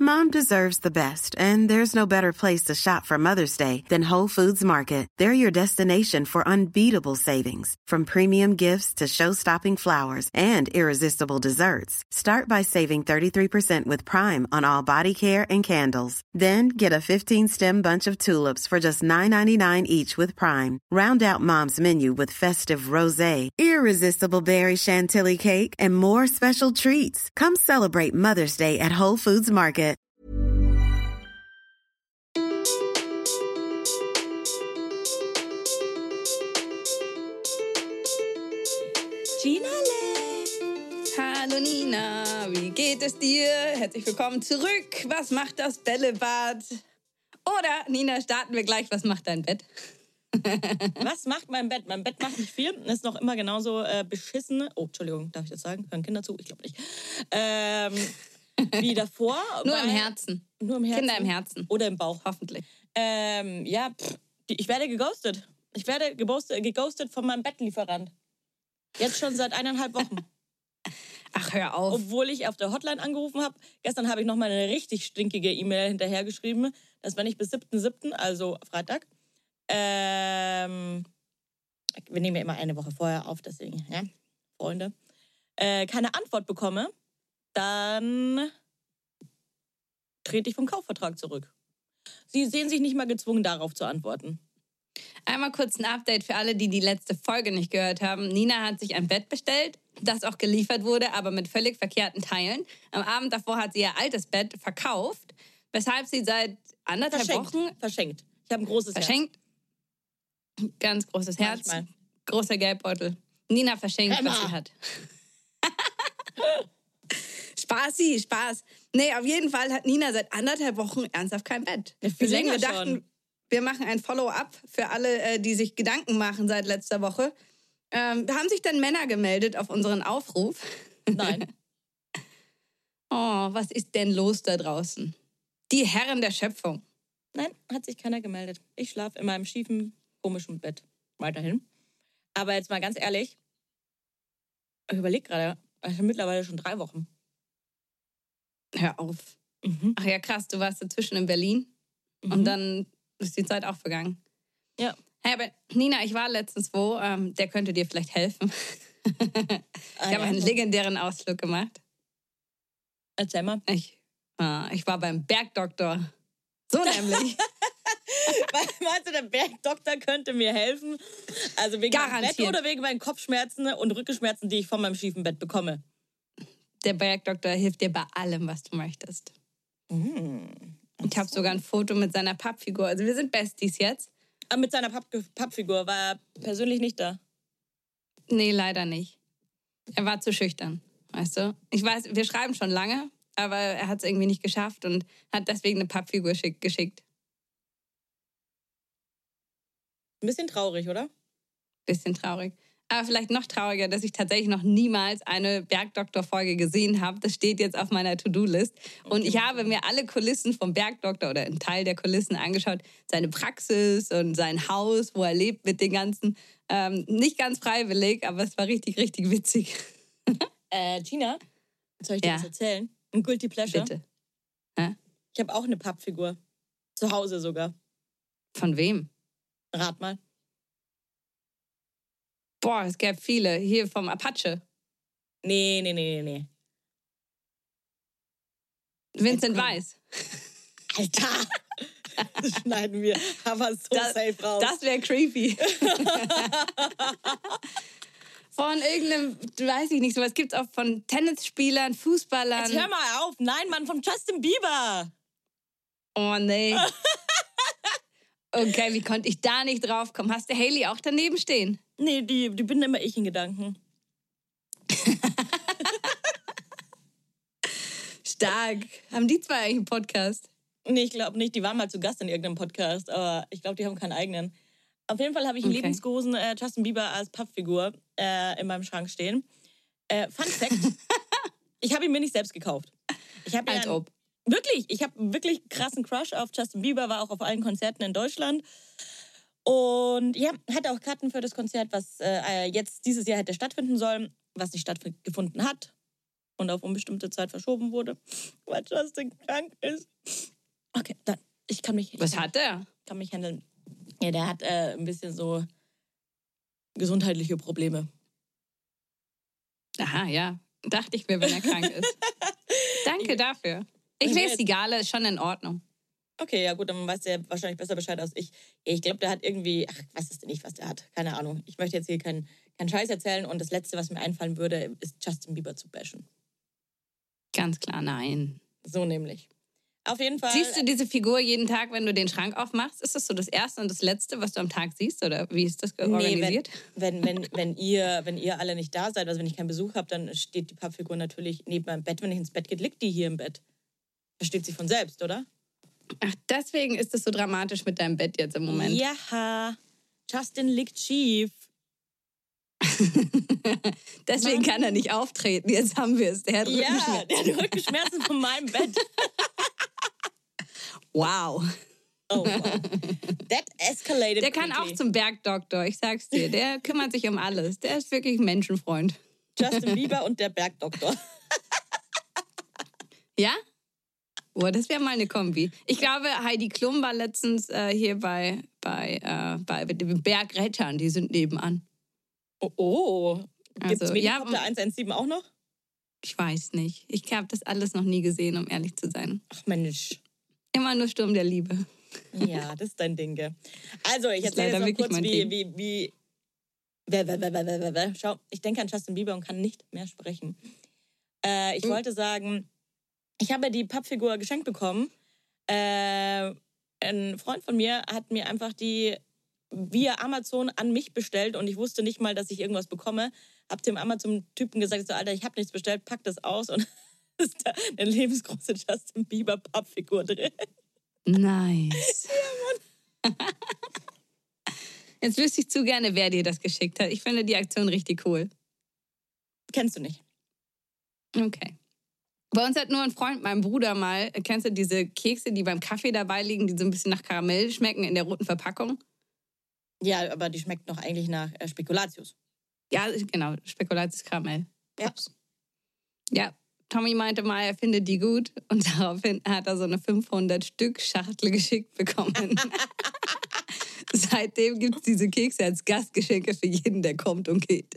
Mom deserves the best, and there's no better place to shop for Mother's Day than Whole Foods Market. They're your destination for unbeatable savings, from premium gifts to show-stopping flowers and irresistible desserts. Start by saving 33% with Prime on all body care and candles. Then get a 15-stem bunch of tulips for just $9.99 each with Prime. Round out Mom's menu with festive rosé, irresistible berry chantilly cake, and more special treats. Come celebrate Mother's Day at Whole Foods Market. Hallo Nina, wie geht es dir? Herzlich willkommen zurück. Was macht das Bällebad? Oder, Nina, starten wir gleich. Was macht dein Bett? Was macht mein Bett? Mein Bett macht nicht viel. Ist noch immer genauso beschissen. Oh, Entschuldigung, darf ich das sagen? Hören Kinder zu? Ich glaube nicht. Wie davor. Nur im Herzen. Nur im Herzen. Kinder im Herzen. Oder im Bauch. Hoffentlich. Ich werde geghostet. Ich werde geghostet von meinem Bettlieferant. Jetzt schon seit 1,5 Wochen. Ach, hör auf. Obwohl ich auf der Hotline angerufen habe. Gestern habe ich noch mal eine richtig stinkige E-Mail hinterhergeschrieben, dass wenn ich bis 7.7., also Freitag, wir nehmen ja immer eine Woche vorher auf, deswegen, ja, Freunde, keine Antwort bekomme, dann trete ich vom Kaufvertrag zurück. Sie sehen sich nicht mal gezwungen, darauf zu antworten. Einmal kurz ein Update für alle, die die letzte Folge nicht gehört haben. Nina hat sich ein Bett bestellt, das auch geliefert wurde, aber mit völlig verkehrten Teilen. Am Abend davor hat sie ihr altes Bett verkauft, weshalb sie seit 1,5 Wochen... Verschenkt. Ich habe ein großes Verschenkt. Herz. Ganz großes Herz. Manchmal. Großer Geldbeutel. Nina verschenkt, was sie hat. Spaß. Nee, auf jeden Fall hat Nina seit 1,5 Wochen ernsthaft kein Bett. Ja, viel länger wir dachten, wir machen ein Follow-up für alle, die sich Gedanken machen seit letzter Woche. Da haben sich dann Männer gemeldet auf unseren Aufruf. Nein. Oh, was ist denn los da draußen? Die Herren der Schöpfung. Nein, hat sich keiner gemeldet. Ich schlafe in meinem schiefen, komischen Bett. Weiterhin. Aber jetzt mal ganz ehrlich, ich überlege gerade, ich habe mittlerweile schon 3 Wochen. Hör auf. Mhm. Ach ja, krass, du warst dazwischen in Berlin und dann ist die Zeit auch vergangen. Ja. Hey, aber Nina, ich war letztens wo, der könnte dir vielleicht helfen. Ich habe einen legendären Ausflug gemacht. Erzähl mal. Ich war beim Bergdoktor. So nämlich. Meinst du, der Bergdoktor könnte mir helfen? Also wegen meinem Bett oder wegen meinen Kopfschmerzen und Rückenschmerzen, die ich von meinem schiefen Bett bekomme? Der Bergdoktor hilft dir bei allem, was du möchtest. Ich habe sogar ein Foto mit seiner Pappfigur. Also wir sind Besties jetzt. Aber mit seiner Pappfigur war er persönlich nicht da? Nee, leider nicht. Er war zu schüchtern, weißt du? Ich weiß, wir schreiben schon lange, aber er hat es irgendwie nicht geschafft und hat deswegen eine Pappfigur geschickt. Ein bisschen traurig, oder? Bisschen traurig. Aber vielleicht noch trauriger, dass ich tatsächlich noch niemals eine Bergdoktor-Folge gesehen habe. Das steht jetzt auf meiner To-Do-List. Und ich habe mir alle Kulissen vom Bergdoktor oder einen Teil der Kulissen angeschaut. Seine Praxis und sein Haus, wo er lebt mit den ganzen. Nicht ganz freiwillig, aber es war richtig, richtig witzig. Gina, soll ich dir was erzählen? Ein Guilty Pleasure? Bitte. Ich habe auch eine Pappfigur. Zu Hause sogar. Von wem? Rat mal. Boah, es gab viele. Hier vom Apache. Nee. Vincent Weiss. Alter! Das schneiden wir aber so safe raus. Das wäre creepy. Von irgendeinem, weiß ich nicht, sowas gibt es auch von Tennisspielern, Fußballern. Jetzt hör mal auf. Nein, Mann, von Justin Bieber. Oh, nee. Okay, wie konnte ich da nicht drauf kommen? Hast du Hailey auch daneben stehen? Nee, die bin immer ich in Gedanken. Stark. Haben die zwei eigentlich einen Podcast? Nee, ich glaube nicht. Die waren mal zu Gast in irgendeinem Podcast, aber ich glaube, die haben keinen eigenen. Auf jeden Fall habe ich einen lebensgroßen Justin Bieber als Pappfigur in meinem Schrank stehen. Fun Fact, ich habe ihn mir nicht selbst gekauft. Wirklich, ich habe wirklich krassen Crush auf Justin Bieber, war auch auf allen Konzerten in Deutschland. Und ja, hatte auch Karten für das Konzert, was jetzt dieses Jahr hätte stattfinden sollen, was nicht stattgefunden hat. und auf unbestimmte Zeit verschoben wurde, weil Justin krank ist. Okay, dann, Was hat er? kann mich handeln. Ja, der hat ein bisschen so gesundheitliche Probleme. Aha, ja. Dachte ich mir, wenn er krank ist. Danke dafür. Ich lese die Gala, ist schon in Ordnung. Okay, ja gut, dann weiß der wahrscheinlich besser Bescheid als ich. Ich glaube, der hat irgendwie, ich weiß es nicht, was der hat. Keine Ahnung. Ich möchte jetzt hier keinen Scheiß erzählen und das Letzte, was mir einfallen würde, ist Justin Bieber zu bashen. Ganz klar, nein. So nämlich. Auf jeden Fall. Siehst du diese Figur jeden Tag, wenn du den Schrank aufmachst? Ist das so das Erste und das Letzte, was du am Tag siehst? Oder wie ist das organisiert? Wenn ihr alle nicht da seid, also wenn ich keinen Besuch habe, dann steht die Pappfigur natürlich neben meinem Bett. Wenn ich ins Bett gehe, liegt die hier im Bett. Da steht sie von selbst, oder? Ach, deswegen ist es so dramatisch mit deinem Bett jetzt im Moment. Ja, Justin liegt schief. Deswegen kann er nicht auftreten. Jetzt haben wir es. Der hat Rückenschmerzen. Der hat Rückenschmerzen von meinem Bett. Wow. Oh, wow. That escalated Der kann auch zum Bergdoktor, ich sag's dir. Der kümmert sich um alles. Der ist wirklich ein Menschenfreund. Justin Bieber und der Bergdoktor. Ja? Oh, das wäre mal eine Kombi. Ich glaube, Heidi Klum war letztens hier bei den Bergrettern. Die sind nebenan. Oh. Gibt's Also, Medikopter 117 auch noch? Ich weiß nicht. Ich habe das alles noch nie gesehen, um ehrlich zu sein. Ach Mensch. Immer nur Sturm der Liebe. Ja, das ist dein Ding, gell? Also, ich Das ist erzähle leider jetzt noch kurz, wirklich wie... Schau, ich denke an Justin Bieber und kann nicht mehr sprechen. Ich wollte sagen, ich habe die Pappfigur geschenkt bekommen. Ein Freund von mir hat mir einfach die via Amazon an mich bestellt und ich wusste nicht mal, dass ich irgendwas bekomme. Hab dem Amazon-Typen gesagt, so, Alter, ich habe nichts bestellt, pack das aus und ist da eine lebensgroße Justin Bieber Pappfigur drin. Nice. Ja, Mann. Jetzt wüsste ich zu gerne, wer dir das geschickt hat. Ich finde die Aktion richtig cool. Kennst du nicht? Okay. Bei uns hat nur ein Freund, mein Bruder mal, kennst du diese Kekse, die beim Kaffee dabei liegen, die so ein bisschen nach Karamell schmecken in der roten Verpackung? Ja, aber die schmeckt noch eigentlich nach Spekulatius. Ja, genau, Spekulatius Karamell. Ja. Ja, Tommy meinte mal, er findet die gut und daraufhin hat er so eine 500-Stück-Schachtel geschickt bekommen. Seitdem gibt es diese Kekse als Gastgeschenke für jeden, der kommt und geht.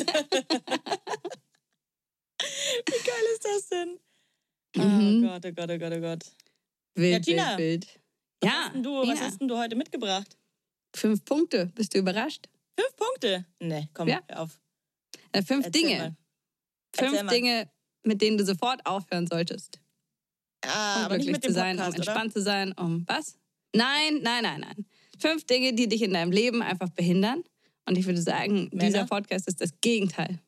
Wie geil ist das denn? Mhm. Oh Gott, oh Gott, oh Gott, oh Gott. Wild, Ja, Tina, wild. Was hast denn du heute mitgebracht? 5 Punkte. Bist du überrascht? 5 Punkte? Nee, komm, Ja. hör auf. 5 Erzähl Dinge. mal. 5 Erzähl mal. Dinge, mit denen du sofort aufhören solltest. Um Aber nicht glücklich mit zu dem sein, Podcast, um entspannt zu sein, um was? Nein. 5 Dinge, die dich in deinem Leben einfach behindern. Und ich würde sagen, Männer? dieser Podcast ist das Gegenteil.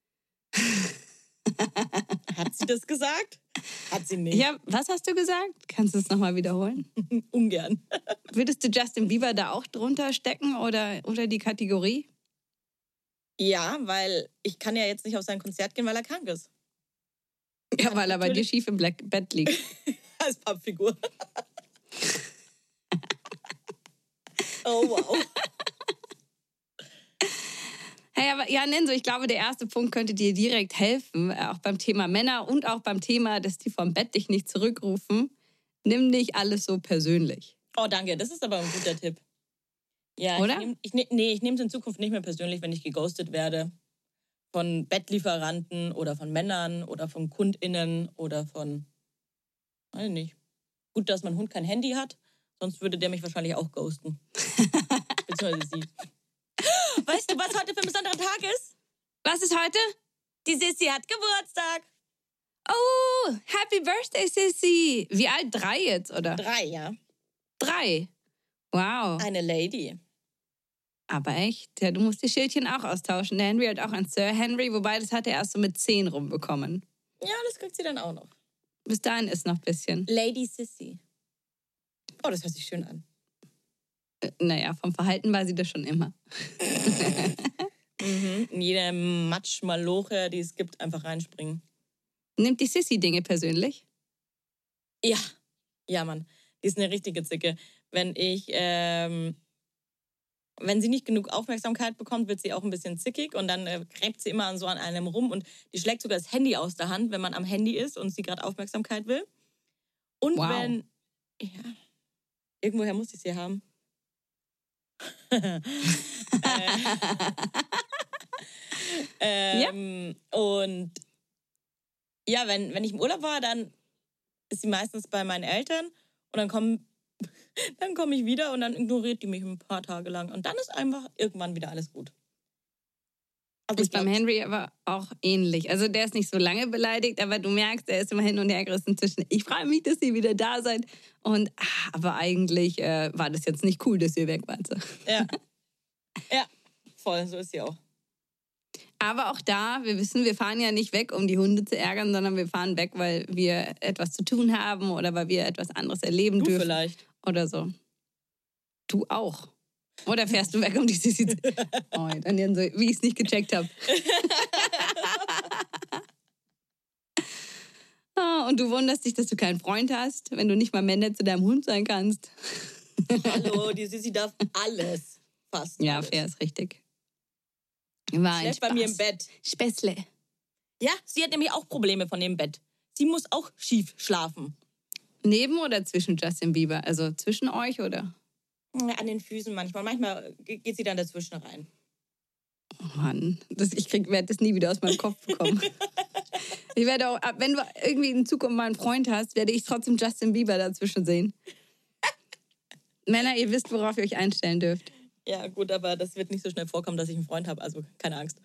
Hat sie das gesagt? Hat sie nicht. Ja, was hast du gesagt? Kannst du es nochmal wiederholen? Ungern. Würdest du Justin Bieber da auch drunter stecken oder unter die Kategorie? Ja, weil ich kann ja jetzt nicht auf sein Konzert gehen, weil er krank ist. Ja, weil er bei dir schief im Bett liegt. Als Pappfigur. Oh, wow. Hey, aber ja, Nenso, ich glaube, der erste Punkt könnte dir direkt helfen, auch beim Thema Männer und auch beim Thema, dass die vom Bett dich nicht zurückrufen. Nimm nicht alles so persönlich. Oh, danke. Das ist aber ein guter Tipp. Ja, Oder? Ich nehme es in Zukunft nicht mehr persönlich, wenn ich geghostet werde. Von Bettlieferanten oder von Männern oder von KundInnen oder von, weiß ich nicht. Gut, dass mein Hund kein Handy hat, sonst würde der mich wahrscheinlich auch ghosten. Beziehungsweise sie. Weißt du, was heute für ein besonderer Tag ist? Was ist heute? Die Sissi hat Geburtstag. Oh, Happy Birthday, Sissy. Wie alt? 3 jetzt, oder? 3, ja. 3. Wow. Eine Lady. Aber echt? Ja, du musst die Schildchen auch austauschen. Der Henry hat auch ein Sir Henry, wobei das hat er erst so mit 10 rumbekommen. Ja, das kriegt sie dann auch noch. Bis dahin ist noch ein bisschen. Lady Sissy. Oh, das hört sich schön an. Naja, vom Verhalten war sie das schon immer. In jede Matschmaloche, die es gibt, einfach reinspringen. Nimmt die Sissy Dinge persönlich? Ja. Ja, Mann. Die ist eine richtige Zicke. Wenn ich wenn sie nicht genug Aufmerksamkeit bekommt, wird sie auch ein bisschen zickig und dann gräbt sie immer so an einem rum und die schlägt sogar das Handy aus der Hand, wenn man am Handy ist und sie gerade Aufmerksamkeit will. Und wenn... Ja, irgendwoher muss ich sie haben. Und ja, wenn ich im Urlaub war, dann ist sie meistens bei meinen Eltern und dann komme ich wieder und dann ignoriert die mich ein paar Tage lang. Und dann ist einfach irgendwann wieder alles gut. Also ist beim Henry aber auch ähnlich. Also der ist nicht so lange beleidigt, aber du merkst, er ist immer hin und her gerissen zwischen, ich freue mich, dass ihr wieder da seid und aber eigentlich war das jetzt nicht cool, dass ihr weg wart. So. Ja. Ja, voll, so ist sie auch. Aber auch da, wir wissen, wir fahren ja nicht weg, um die Hunde zu ärgern, sondern wir fahren weg, weil wir etwas zu tun haben oder weil wir etwas anderes erleben dürfen. Vielleicht. Oder so. Du auch. Oder fährst du weg, um die Sissi zu... Oh, dann so, wie ich es nicht gecheckt habe. Und du wunderst dich, dass du keinen Freund hast, wenn du nicht mal mehr nett zu deinem Hund sein kannst. Hallo, die Sissi darf alles. Fast ja, alles. fair ist richtig. War schläft bei mir im Bett. Späßle. Ja, sie hat nämlich auch Probleme von dem Bett. Sie muss auch schief schlafen. Neben oder zwischen Justin Bieber? Also zwischen euch oder? An den Füßen manchmal. Manchmal geht sie dann dazwischen rein. Oh Mann, ich werde das nie wieder aus meinem Kopf bekommen. Ich werde auch, wenn du irgendwie in Zukunft mal einen Freund hast, werde ich trotzdem Justin Bieber dazwischen sehen. Männer, ihr wisst, worauf ihr euch einstellen dürft. Ja, gut, aber das wird nicht so schnell vorkommen, dass ich einen Freund habe. Also keine Angst.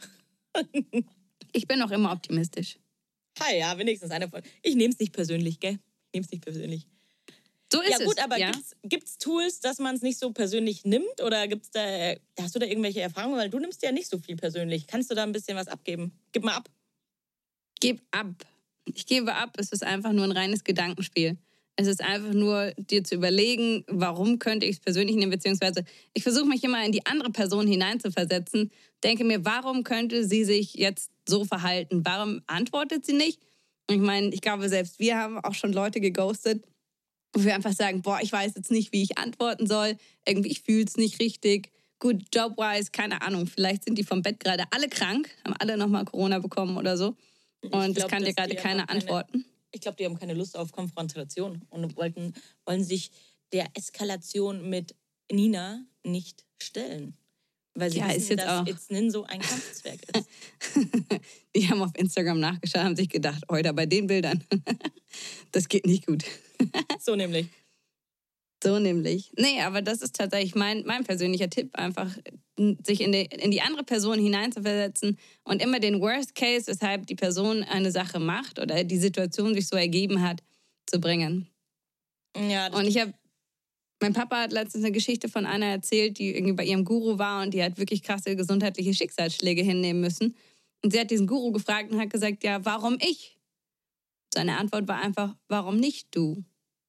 Ich bin auch immer optimistisch. Ja, wenigstens einer von. Ich nehme es nicht persönlich, gell? Ich nehme es nicht persönlich. So ist es. Ja gut, aber gibt's Tools, dass man es nicht so persönlich nimmt? Oder hast du da irgendwelche Erfahrungen? Weil du nimmst ja nicht so viel persönlich. Kannst du da ein bisschen was abgeben? Gib mal ab. Gib ab. Ich gebe ab. Es ist einfach nur ein reines Gedankenspiel. Es ist einfach nur, dir zu überlegen, warum könnte ich es persönlich nehmen, beziehungsweise ich versuche mich immer in die andere Person hineinzuversetzen, denke mir, warum könnte sie sich jetzt so verhalten? Warum antwortet sie nicht? Und ich meine, ich glaube, selbst wir haben auch schon Leute geghostet, wo wir einfach sagen, boah, ich weiß jetzt nicht, wie ich antworten soll. Irgendwie, ich fühle es nicht richtig. Gut, job-wise, keine Ahnung. Vielleicht sind die vom Bett gerade alle krank, haben alle nochmal Corona bekommen oder so. Und das kann dir gerade keiner antworten. Ich glaube, die haben keine Lust auf Konfrontation und wollen sich der Eskalation mit Nina nicht stellen. Weil sie wissen, dass Itznin so ein Kampfzwerg ist. Die haben auf Instagram nachgeschaut, haben sich gedacht, heute bei den Bildern, das geht nicht gut. So nämlich. So nämlich. Nee, aber das ist tatsächlich mein persönlicher Tipp, einfach sich in die andere Person hineinzuversetzen und immer den Worst Case, weshalb die Person eine Sache macht oder die Situation sich so ergeben hat, zu bringen. Ja, und mein Papa hat letztens eine Geschichte von einer erzählt, die irgendwie bei ihrem Guru war und die hat wirklich krasse gesundheitliche Schicksalsschläge hinnehmen müssen. Und sie hat diesen Guru gefragt und hat gesagt, ja, warum ich? Seine Antwort war einfach, warum nicht du?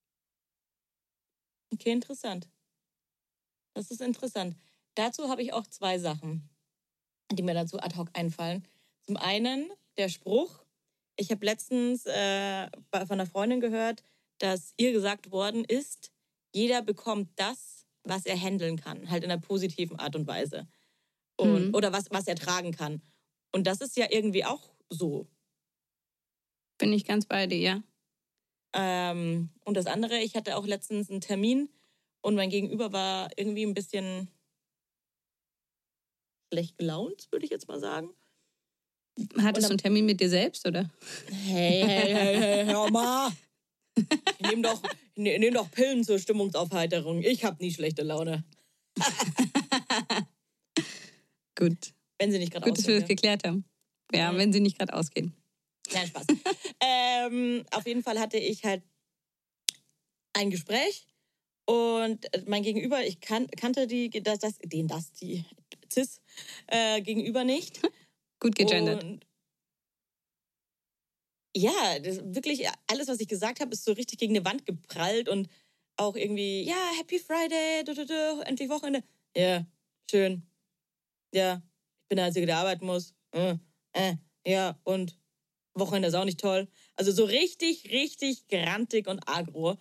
Okay, interessant. Das ist interessant. Dazu habe ich auch 2 Sachen, die mir dazu ad hoc einfallen. Zum einen der Spruch. Ich habe letztens von einer Freundin gehört, dass ihr gesagt worden ist, jeder bekommt das, was er handeln kann. Halt in einer positiven Art und Weise. Oder was er tragen kann. Und das ist ja irgendwie auch so. Bin ich ganz bei dir, ja. Und das andere, ich hatte auch letztens einen Termin und mein Gegenüber war irgendwie ein bisschen schlecht gelaunt, würde ich jetzt mal sagen. Hattest du einen Termin mit dir selbst, oder? Hey, hör mal. Ich nehm doch Pillen zur Stimmungsaufheiterung. Ich habe nie schlechte Laune. Gut. Wenn sie nicht gerade ausgehen. Gut, dass wir das geklärt haben. Ja, wenn sie nicht gerade ausgehen. Nein, Spaß. Auf jeden Fall hatte ich halt ein Gespräch und mein Gegenüber, ich kannte die Cis gegenüber nicht. Gut gegendert. Und ja, wirklich alles, was ich gesagt habe, ist so richtig gegen eine Wand geprallt und auch irgendwie, ja, Happy Friday, endlich Wochenende. Ja, schön. Ja, ich bin der Einzige, der arbeiten muss. Ja, und Wochenende ist auch nicht toll. Also so richtig, richtig grantig und agro.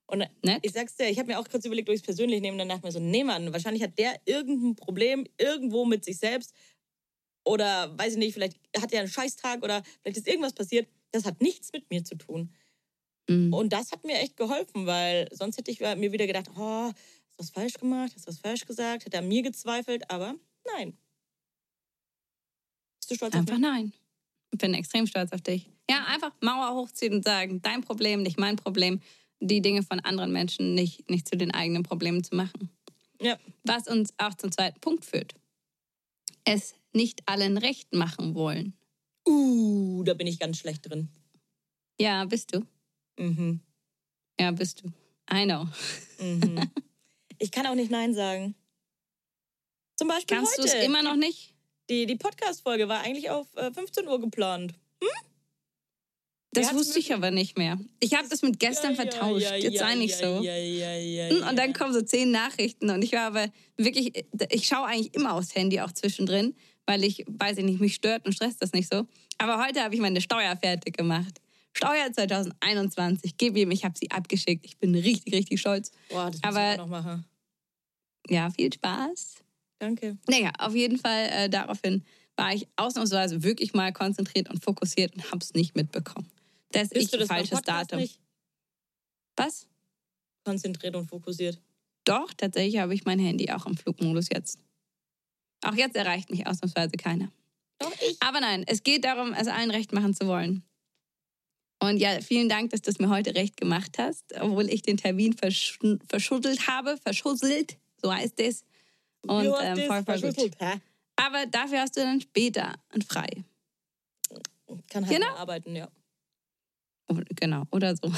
Und Nett. ich sag's dir, ich habe mir auch kurz überlegt, ob ich es persönlich nehme. Und dann dachte ich mir so, nee, Mann, wahrscheinlich hat der irgendein Problem irgendwo mit sich selbst. Oder, weiß ich nicht, vielleicht hat er einen Scheißtag oder vielleicht ist irgendwas passiert. Das hat nichts mit mir zu tun. Mhm. Und das hat mir echt geholfen, weil sonst hätte ich mir wieder gedacht, oh, hast du was falsch gemacht, hast du was falsch gesagt, hätte er an mir gezweifelt, aber nein. Bist du stolz auf Einfach mich? nein. Ich bin extrem stolz auf dich. Ja, einfach Mauer hochziehen und sagen, dein Problem, nicht mein Problem. Die Dinge von anderen Menschen nicht zu den eigenen Problemen zu machen. Ja. Was uns auch zum zweiten Punkt führt. Es nicht allen recht machen wollen. Da bin ich ganz schlecht drin. Ja, bist du. Mhm. Ja, bist du. I know. Mhm. Ich kann auch nicht Nein sagen. Zum Beispiel Kannst du heute. es immer noch nicht? Die Podcast-Folge war eigentlich auf 15 Uhr geplant. Das hat's wusste ich aber nicht mehr. Ich habe das mit gestern vertauscht. Jetzt sei nicht so. Und dann kommen so 10 Nachrichten und ich war aber wirklich, ich schaue eigentlich immer aufs Handy auch zwischendrin, weil ich, weiß ich nicht, mich stört und stresst das nicht so. Aber heute habe ich meine Steuer fertig gemacht. Steuer 2021, gib ihm, ich habe sie abgeschickt. Ich bin richtig, richtig stolz. Boah, das muss Aber ich auch noch machen. ja, viel Spaß. Danke. Naja, auf jeden Fall daraufhin war ich ausnahmsweise wirklich mal konzentriert und fokussiert und habe es nicht mitbekommen. Das ist Bist du ein das beim falsches Podcast Datum. nicht? Was? Konzentriert und fokussiert. Doch, tatsächlich habe ich mein Handy auch im Flugmodus jetzt. Auch jetzt erreicht mich ausnahmsweise keiner. Doch, ich. Aber nein, es geht darum, es allen recht machen zu wollen. Und ja, vielen Dank, dass du es mir heute recht gemacht hast, obwohl ich den Termin verschusselt habe. Verschusselt, so heißt es. Und Du hast voll, das voll gut. verschüttelt, hä? Aber dafür hast du dann später ein Frei. Kann halt Genau. mehr arbeiten, ja. Genau, oder so.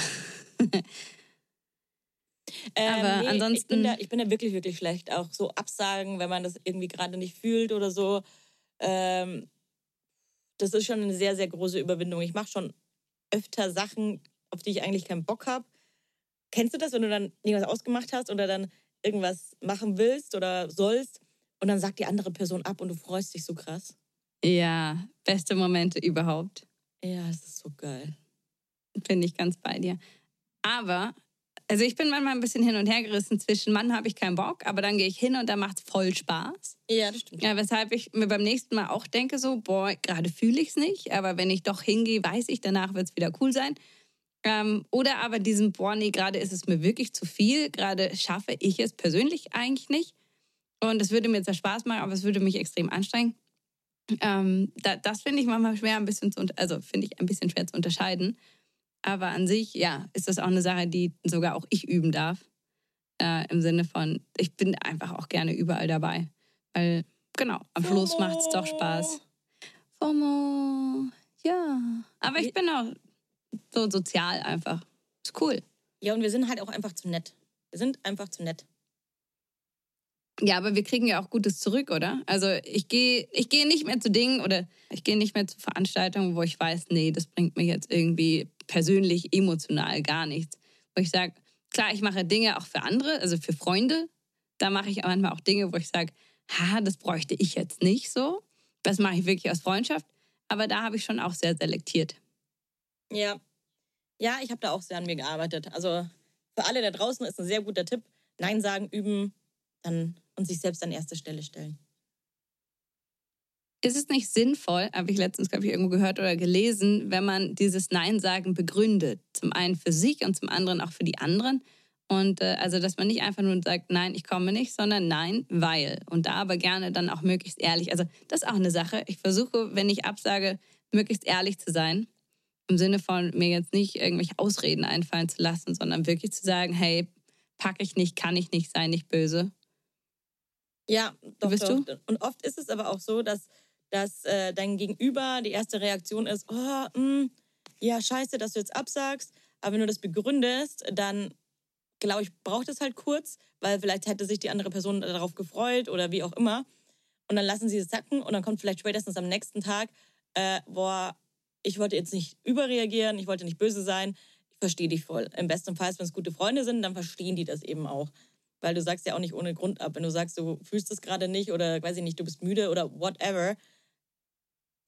Aber ansonsten- Ich bin da wirklich, wirklich schlecht. Auch so Absagen, wenn man das irgendwie gerade nicht fühlt oder so. Das ist schon eine sehr, sehr große Überwindung. Ich mache schon öfter Sachen, auf die ich eigentlich keinen Bock habe. Kennst du das, wenn du dann irgendwas ausgemacht hast oder dann irgendwas machen willst oder sollst und dann sagt die andere Person ab und du freust dich so krass? Ja, beste Momente überhaupt. Ja, das ist so geil. Bin ich ganz bei dir. Aber, also ich bin manchmal ein bisschen hin und her gerissen zwischen, Mann, habe ich keinen Bock, aber dann gehe ich hin und dann macht es voll Spaß. Ja, das stimmt. Ja, weshalb ich mir beim nächsten Mal auch denke so, boah, gerade fühle ich es nicht, aber wenn ich doch hingehe, weiß ich, danach wird es wieder cool sein. Oder aber diesen, boah, nee, gerade ist es mir wirklich zu viel, gerade schaffe ich es persönlich eigentlich nicht. Und es würde mir zwar Spaß machen, aber es würde mich extrem anstrengen. Das finde ich manchmal schwer, ein bisschen finde ich ein bisschen schwer zu unterscheiden. Aber an sich, ja, ist das auch eine Sache, die sogar auch ich üben darf. Im Sinne von, ich bin einfach auch gerne überall dabei. Weil, genau, am Schluss macht es doch Spaß. FOMO, ja. Aber ich bin auch so sozial einfach. Ist cool. Ja, und wir sind halt auch einfach zu nett. Wir sind einfach zu nett. Ja, aber wir kriegen ja auch Gutes zurück, oder? Also ich gehe nicht mehr zu Dingen oder ich gehe nicht mehr zu Veranstaltungen, wo ich weiß, nee, das bringt mir jetzt irgendwie persönlich, emotional gar nichts. Wo ich sage, klar, ich mache Dinge auch für andere, also für Freunde. Da mache ich manchmal auch Dinge, wo ich sage, das bräuchte ich jetzt nicht so. Das mache ich wirklich aus Freundschaft. Aber da habe ich schon auch sehr selektiert. Ja. Ja, ich habe da auch sehr an mir gearbeitet. Also für alle da draußen ist ein sehr guter Tipp. Nein sagen, üben und sich selbst an erste Stelle stellen. Ist es nicht sinnvoll, habe ich letztens, glaube ich, irgendwo gehört oder gelesen, wenn man dieses Nein-Sagen begründet? Zum einen für sich und zum anderen auch für die anderen. Und also, dass man nicht einfach nur sagt, nein, ich komme nicht, sondern nein, weil. Und da aber gerne dann auch möglichst ehrlich. Also das ist auch eine Sache. Ich versuche, wenn ich absage, möglichst ehrlich zu sein. Im Sinne von mir jetzt nicht irgendwelche Ausreden einfallen zu lassen, sondern wirklich zu sagen, hey, packe ich nicht, kann ich nicht, sei nicht böse. Ja, doch, Bist doch. du? Und oft ist es aber auch so, dass dein Gegenüber die erste Reaktion ist, ja, scheiße, dass du jetzt absagst. Aber wenn du das begründest, dann, glaube ich, braucht es halt kurz, weil vielleicht hätte sich die andere Person darauf gefreut oder wie auch immer. Und dann lassen sie es sacken und dann kommt vielleicht spätestens am nächsten Tag, ich wollte jetzt nicht überreagieren, ich wollte nicht böse sein, ich verstehe dich voll. Im besten Fall, wenn es gute Freunde sind, dann verstehen die das eben auch. Weil du sagst ja auch nicht ohne Grund ab. Wenn du sagst, du fühlst es gerade nicht oder, weiß ich nicht, du bist müde oder whatever,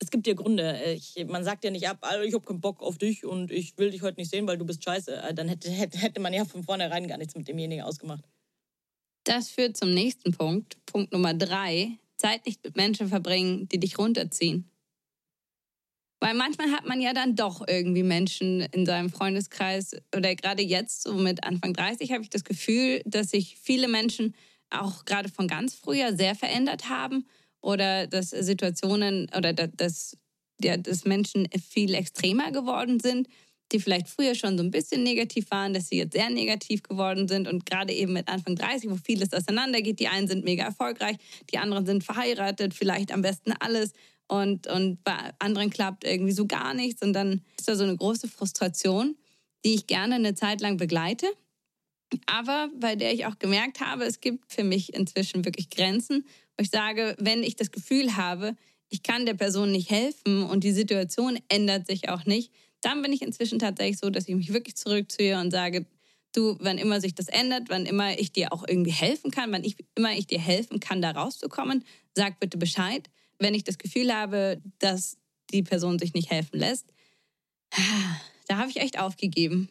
es gibt ja Gründe. Man sagt ja nicht ab, Alter, ich hab keinen Bock auf dich und ich will dich heute nicht sehen, weil du bist scheiße. Dann hätte man ja von vornherein gar nichts mit demjenigen ausgemacht. Das führt zum nächsten Punkt. Punkt Nummer 3. Zeit nicht mit Menschen verbringen, die dich runterziehen. Weil manchmal hat man ja dann doch irgendwie Menschen in seinem Freundeskreis oder gerade jetzt, so mit Anfang 30, habe ich das Gefühl, dass sich viele Menschen auch gerade von ganz früher sehr verändert haben oder dass Situationen oder dass Menschen viel extremer geworden sind, die vielleicht früher schon so ein bisschen negativ waren, dass sie jetzt sehr negativ geworden sind und gerade eben mit Anfang 30, wo vieles auseinandergeht. Die einen sind mega erfolgreich, die anderen sind verheiratet, vielleicht am besten alles und bei anderen klappt irgendwie so gar nichts und dann ist da so eine große Frustration, die ich gerne eine Zeit lang begleite, aber bei der ich auch gemerkt habe, es gibt für mich inzwischen wirklich Grenzen, wo ich sage, wenn ich das Gefühl habe, ich kann der Person nicht helfen und die Situation ändert sich auch nicht, dann bin ich inzwischen tatsächlich so, dass ich mich wirklich zurückziehe und sage, du, wann immer sich das ändert, wann immer ich dir auch irgendwie helfen kann, immer ich dir helfen kann, da rauszukommen, sag bitte Bescheid. Wenn ich das Gefühl habe, dass die Person sich nicht helfen lässt, da habe ich echt aufgegeben.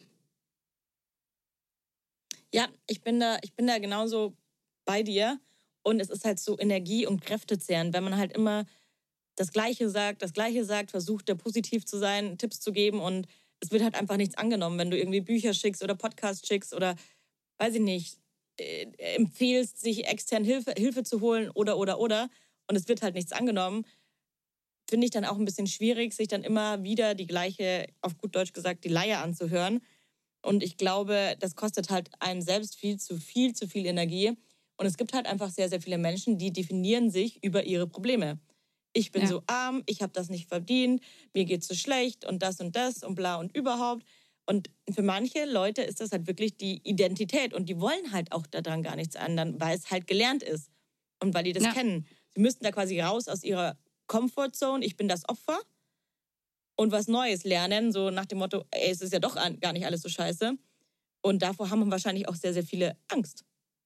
Ja, ich bin da genauso bei dir. Und es ist halt so Energie- und Kräftezehrend, wenn man halt immer das Gleiche sagt, versucht, da positiv zu sein, Tipps zu geben und es wird halt einfach nichts angenommen, wenn du irgendwie Bücher schickst oder Podcasts schickst oder, weiß ich nicht, empfiehlst, sich extern Hilfe zu holen oder und es wird halt nichts angenommen, finde ich dann auch ein bisschen schwierig, sich dann immer wieder die gleiche, auf gut Deutsch gesagt, die Leier anzuhören. Und ich glaube, das kostet halt einen selbst viel zu viel Energie. Und es gibt halt einfach sehr, sehr viele Menschen, die definieren sich über ihre Probleme. Ich bin so arm, ich habe das nicht verdient, mir geht's so schlecht und das und bla und überhaupt. Und für manche Leute ist das halt wirklich die Identität und die wollen halt auch daran gar nichts ändern, weil es halt gelernt ist und weil die das kennen. Sie müssten da quasi raus aus ihrer Comfortzone, ich bin das Opfer und was Neues lernen, so nach dem Motto, ey, es ist ja doch gar nicht alles so scheiße. Und davor haben wahrscheinlich auch sehr, sehr viele Angst.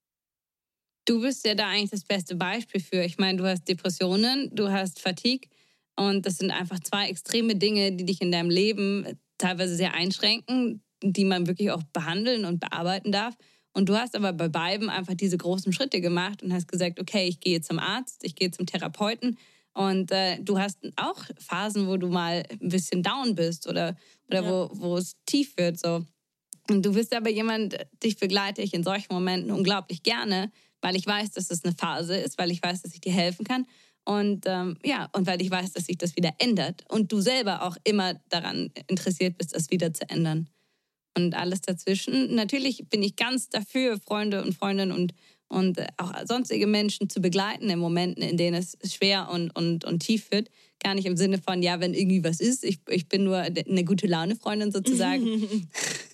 Du bist ja da eigentlich das beste Beispiel für. Ich meine, du hast Depressionen, du hast Fatigue und das sind einfach 2 extreme Dinge, die dich in deinem Leben teilweise sehr einschränken, die man wirklich auch behandeln und bearbeiten darf. Und du hast aber bei beiden einfach diese großen Schritte gemacht und hast gesagt, okay, ich gehe zum Arzt, ich gehe zum Therapeuten und du hast auch Phasen, wo du mal ein bisschen down bist oder wo es tief wird. So. Und du bist aber jemand, dich begleite ich in solchen Momenten unglaublich gerne, weil ich weiß, dass es eine Phase ist, weil ich weiß, dass ich dir helfen kann und und weil ich weiß, dass sich das wieder ändert und du selber auch immer daran interessiert bist, das wieder zu ändern. Und alles dazwischen. Natürlich bin ich ganz dafür, Freunde und Freundinnen und auch sonstige Menschen zu begleiten in Momenten, in denen es schwer und tief wird. Gar nicht im Sinne von, ja, wenn irgendwie was ist, ich bin nur eine gute Laune-Freundin sozusagen.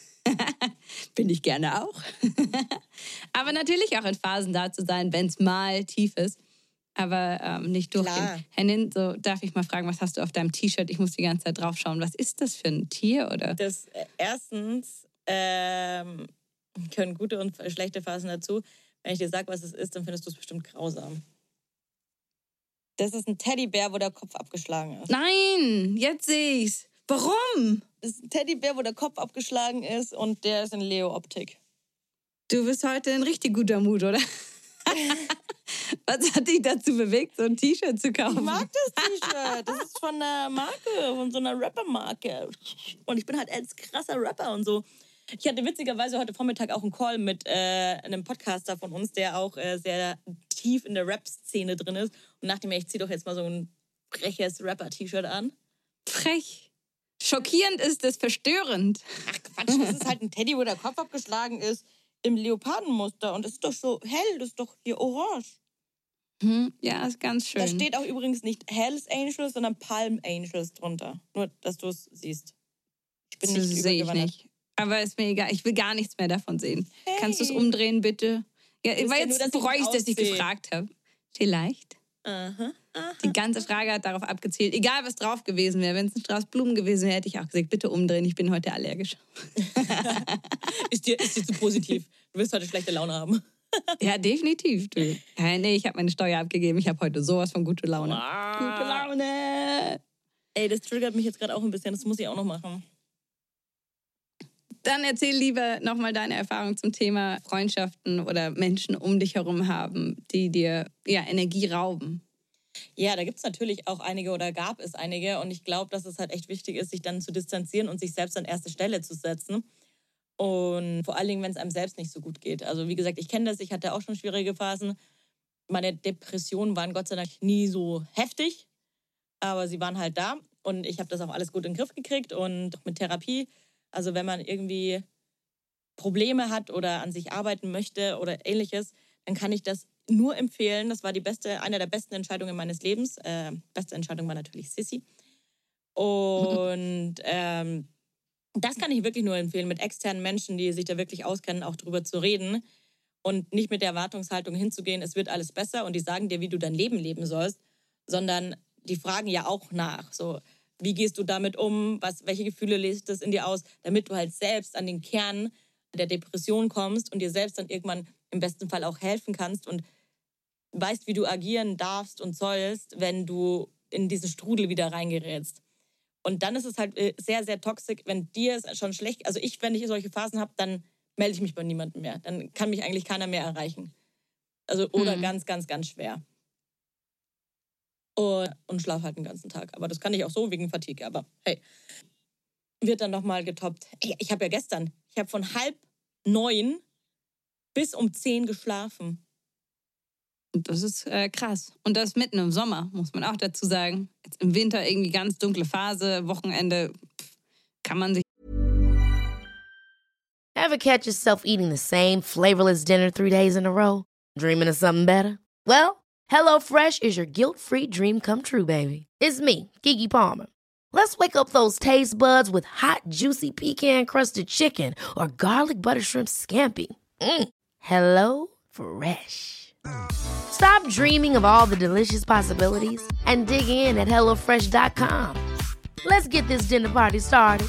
Bin ich gerne auch. Aber natürlich auch in Phasen da zu sein, wenn es mal tief ist. Aber nicht durchgehen. Hennin, so darf ich mal fragen, was hast du auf deinem T-Shirt? Ich muss die ganze Zeit drauf schauen. Was ist das für ein Tier? Oder? Das erstens können gute und schlechte Phasen dazu. Wenn ich dir sage, was es ist, dann findest du es bestimmt grausam. Das ist ein Teddybär, wo der Kopf abgeschlagen ist. Nein, jetzt sehe ich's. Warum? Das ist ein Teddybär, wo der Kopf abgeschlagen ist und der ist in Leo-Optik. Du bist heute in richtig guter Mut, oder? Was hat dich dazu bewegt, so ein T-Shirt zu kaufen? Ich mag das T-Shirt. Das ist von einer Marke, von so einer Rapper-Marke. Und ich bin halt als krasser Rapper und so. Ich hatte witzigerweise heute Vormittag auch einen Call mit einem Podcaster von uns, der auch sehr tief in der Rap-Szene drin ist. Und dachte mir, ich ziehe doch jetzt mal so ein freches Rapper-T-Shirt an. Frech. Schockierend ist es, verstörend. Ach Quatsch, das ist halt ein Teddy, wo der Kopf abgeschlagen ist, im Leopardenmuster. Und das ist doch so hell, das ist doch hier orange. Ja, ist ganz schön. Da steht auch übrigens nicht Hells Angels, sondern Palm Angels drunter. Nur, dass du es siehst. Ich bin nicht übergewandert. Nicht. Aber ist mir egal. Ich will gar nichts mehr davon sehen. Hey. Kannst du es umdrehen, bitte? Ja, weil jetzt bereue ich, dass ich gefragt habe. Vielleicht. Aha. Die ganze Frage hat darauf abgezielt. Egal, was drauf gewesen wäre. Wenn es ein Strauß Blumen gewesen wäre, hätte ich auch gesagt, bitte umdrehen. Ich bin heute allergisch. Ist dir zu positiv. Du wirst heute schlechte Laune haben. Ja, definitiv. Ja, nee, ich habe meine Steuer abgegeben. Ich habe heute sowas von gute Laune. Gute Laune. Ey, das triggert mich jetzt gerade auch ein bisschen. Das muss ich auch noch machen. Dann erzähl lieber nochmal deine Erfahrung zum Thema Freundschaften oder Menschen um dich herum haben, die dir Energie rauben. Ja, da gibt es natürlich auch einige oder gab es einige. Und ich glaube, dass es halt echt wichtig ist, sich dann zu distanzieren und sich selbst an erste Stelle zu setzen. Und vor allen Dingen, wenn es einem selbst nicht so gut geht. Also wie gesagt, ich kenne das, ich hatte auch schon schwierige Phasen. Meine Depressionen waren Gott sei Dank nie so heftig, aber sie waren halt da. Und ich habe das auch alles gut in den Griff gekriegt und auch mit Therapie. Also wenn man irgendwie Probleme hat oder an sich arbeiten möchte oder ähnliches, dann kann ich das nur empfehlen. Das war eine der besten Entscheidungen meines Lebens. Beste Entscheidung war natürlich Sissi. Und das kann ich wirklich nur empfehlen, mit externen Menschen, die sich da wirklich auskennen, auch drüber zu reden und nicht mit der Erwartungshaltung hinzugehen, es wird alles besser und die sagen dir, wie du dein Leben leben sollst, sondern die fragen ja auch nach, so, wie gehst du damit um, welche Gefühle löst das in dir aus, damit du halt selbst an den Kern der Depression kommst und dir selbst dann irgendwann im besten Fall auch helfen kannst und weißt, wie du agieren darfst und sollst, wenn du in diesen Strudel wieder reingerätst. Und dann ist es halt sehr, sehr toxisch, wenn dir es schon schlecht, also wenn ich solche Phasen habe, dann melde ich mich bei niemandem mehr. Dann kann mich eigentlich keiner mehr erreichen. Also, oder ganz, ganz, ganz schwer. Und schlafe halt den ganzen Tag. Aber das kann ich auch so wegen Fatigue. Aber hey, wird dann nochmal getoppt. Ich habe ja gestern, ich habe von 8:30 bis um 10 geschlafen. Das ist krass. Und das mitten im Sommer, muss man auch dazu sagen. Jetzt im Winter irgendwie ganz dunkle Phase, Wochenende kann man sich... Ever catch yourself eating the same flavorless dinner 3 days in a row? Dreaming of something better? Well, HelloFresh is your guilt-free dream come true, baby. It's me, Keke Palmer. Let's wake up those taste buds with hot, juicy pecan-crusted chicken or garlic butter shrimp scampi. Hello Fresh. Stop dreaming of all the delicious possibilities and dig in at HelloFresh.com. Let's get this dinner party started.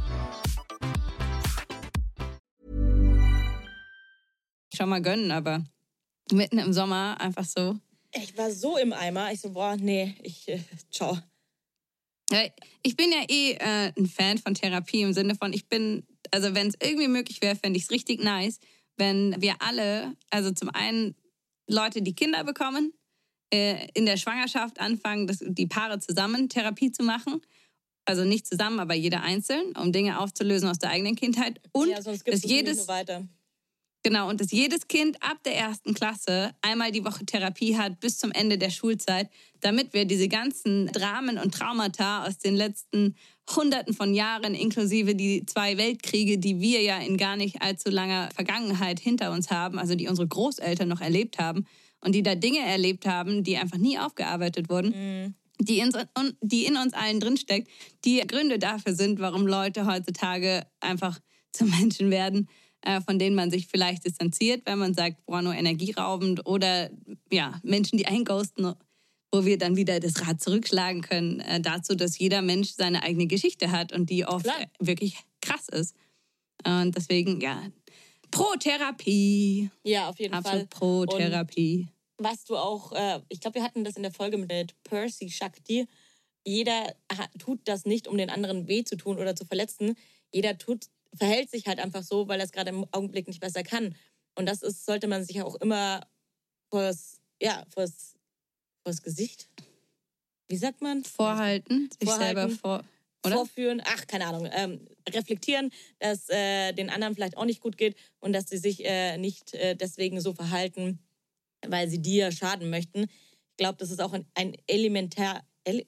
Schon mal gönnen, aber mitten im Sommer einfach so. Ich war so im Eimer. Ich so, ciao. Ich bin ja ein Fan von Therapie im Sinne von, also wenn es irgendwie möglich wäre, fände ich es richtig nice, wenn wir alle, also zum einen Leute, die Kinder bekommen, in der Schwangerschaft anfangen, die Paare zusammen Therapie zu machen. Also nicht zusammen, aber jeder einzeln, um Dinge aufzulösen aus der eigenen Kindheit. Und ja, sonst gibt es nicht nur weiter. Genau, und dass jedes Kind ab der 1. Klasse einmal die Woche Therapie hat bis zum Ende der Schulzeit, damit wir diese ganzen Dramen und Traumata aus den letzten Hunderten von Jahren, inklusive die 2 Weltkriege, die wir ja in gar nicht allzu langer Vergangenheit hinter uns haben, also die unsere Großeltern noch erlebt haben und die da Dinge erlebt haben, die einfach nie aufgearbeitet wurden, die in uns allen drinsteckt, die Gründe dafür sind, warum Leute heutzutage einfach zu Menschen werden, von denen man sich vielleicht distanziert, wenn man sagt, boah, nur energieraubend oder ja, Menschen, die einghosten, wo wir dann wieder das Rad zurückschlagen können, dazu, dass jeder Mensch seine eigene Geschichte hat und die oft wirklich krass ist. Und deswegen, ja, pro Therapie. Ja, auf jeden Absolut Fall. Pro Therapie. Und was du auch, ich glaube, wir hatten das in der Folge mit Percy Shakti, jeder tut das nicht, um den anderen weh zu tun oder zu verletzen. Jeder verhält sich halt einfach so, weil er es gerade im Augenblick nicht besser kann. Und das sollte man sich auch immer vors Gesicht, wie sagt man? Vorhalten, sich selber vorführen, keine Ahnung, reflektieren, dass den anderen vielleicht auch nicht gut geht und dass sie sich nicht deswegen so verhalten, weil sie dir schaden möchten. Ich glaube, das ist auch ein elementarer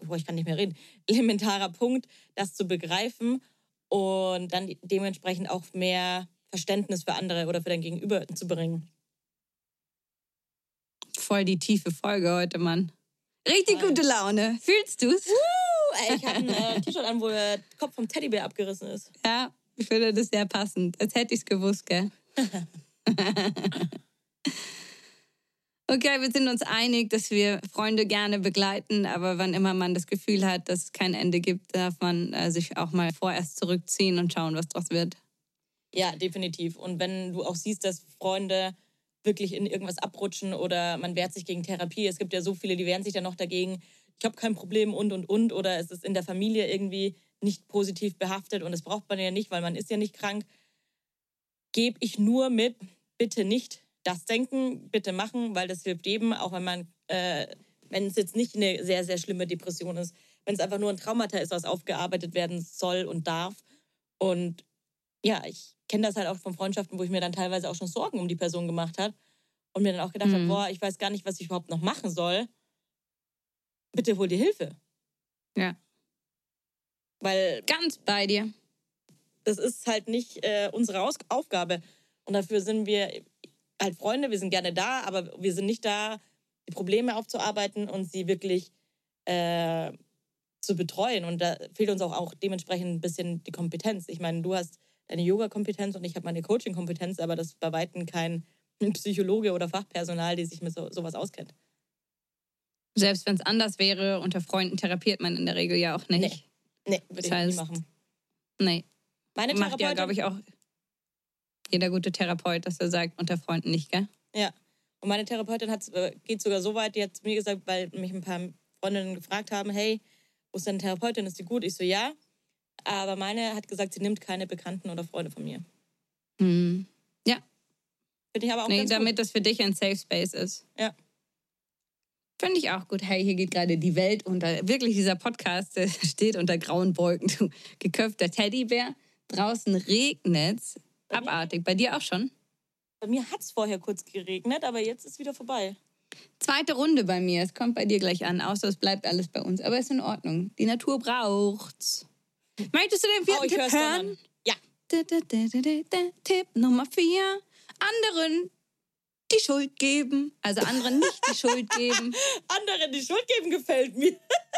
Punkt, das zu begreifen und dann dementsprechend auch mehr Verständnis für andere oder für dein Gegenüber zu bringen. Voll die tiefe Folge heute, Mann. Richtig gute Laune. Fühlst du's? Ey, ich habe ein T-Shirt an, wo der Kopf vom Teddybär abgerissen ist. Ja, ich finde das sehr passend. Als hätte ich es gewusst, gell? Okay, wir sind uns einig, dass wir Freunde gerne begleiten, aber wann immer man das Gefühl hat, dass es kein Ende gibt, darf man sich auch mal vorerst zurückziehen und schauen, was draus wird. Ja, definitiv. Und wenn du auch siehst, dass Freunde wirklich in irgendwas abrutschen oder man wehrt sich gegen Therapie, es gibt ja so viele, die wehren sich dann noch dagegen, ich habe kein Problem und. Oder es ist in der Familie irgendwie nicht positiv behaftet und das braucht man ja nicht, weil man ist ja nicht krank. Gebe ich nur mit, bitte nicht das denken, bitte machen, weil das hilft jedem, auch wenn es jetzt nicht eine sehr, sehr schlimme Depression ist, wenn es einfach nur ein Traumata ist, was aufgearbeitet werden soll und darf. Und ja, ich kenne das halt auch von Freundschaften, wo ich mir dann teilweise auch schon Sorgen um die Person gemacht habe und mir dann auch gedacht habe, boah, ich weiß gar nicht, was ich überhaupt noch machen soll. Bitte hol dir Hilfe. Ja. Weil ganz bei dir. Das ist halt nicht unsere Aufgabe. Und dafür sind wir halt Freunde, wir sind gerne da, aber wir sind nicht da, die Probleme aufzuarbeiten und sie wirklich zu betreuen. Und da fehlt uns auch dementsprechend ein bisschen die Kompetenz. Ich meine, du hast deine Yoga-Kompetenz und ich habe meine Coaching-Kompetenz, aber das ist bei Weitem kein Psychologe oder Fachpersonal, die sich mit sowas auskennt. Selbst wenn es anders wäre, unter Freunden therapiert man in der Regel ja auch nicht. Nee, würde ich nicht machen. Nee. Meine macht Therapeutin, ja, glaube ich, auch jeder gute Therapeut, dass er sagt, unter Freunden nicht, gell? Ja. Und meine Therapeutin geht sogar so weit, die hat mir gesagt, weil mich ein paar Freundinnen gefragt haben, hey, wo ist deine Therapeutin, ist die gut? Ich so, ja. Aber meine hat gesagt, sie nimmt keine Bekannten oder Freunde von mir. Ja. Finde ich aber auch ganz damit gut. das für dich ein Safe Space ist. Ja. Finde ich auch gut. Hey, hier geht gerade die Welt unter. Wirklich, dieser Podcast steht unter grauen Wolken. Du geköpfter Teddybär. Draußen regnet's. Abartig. Bei dir auch schon? Bei mir hat es vorher kurz geregnet, aber jetzt ist wieder vorbei. Zweite Runde bei mir. Es kommt bei dir gleich an, außer es bleibt alles bei uns. Aber ist in Ordnung. Die Natur braucht's. Möchtest du den vierten Tipp hören? Ja. Tipp Nummer 4. Anderen die Schuld geben. Also anderen nicht die Schuld geben. Anderen die Schuld geben gefällt mir.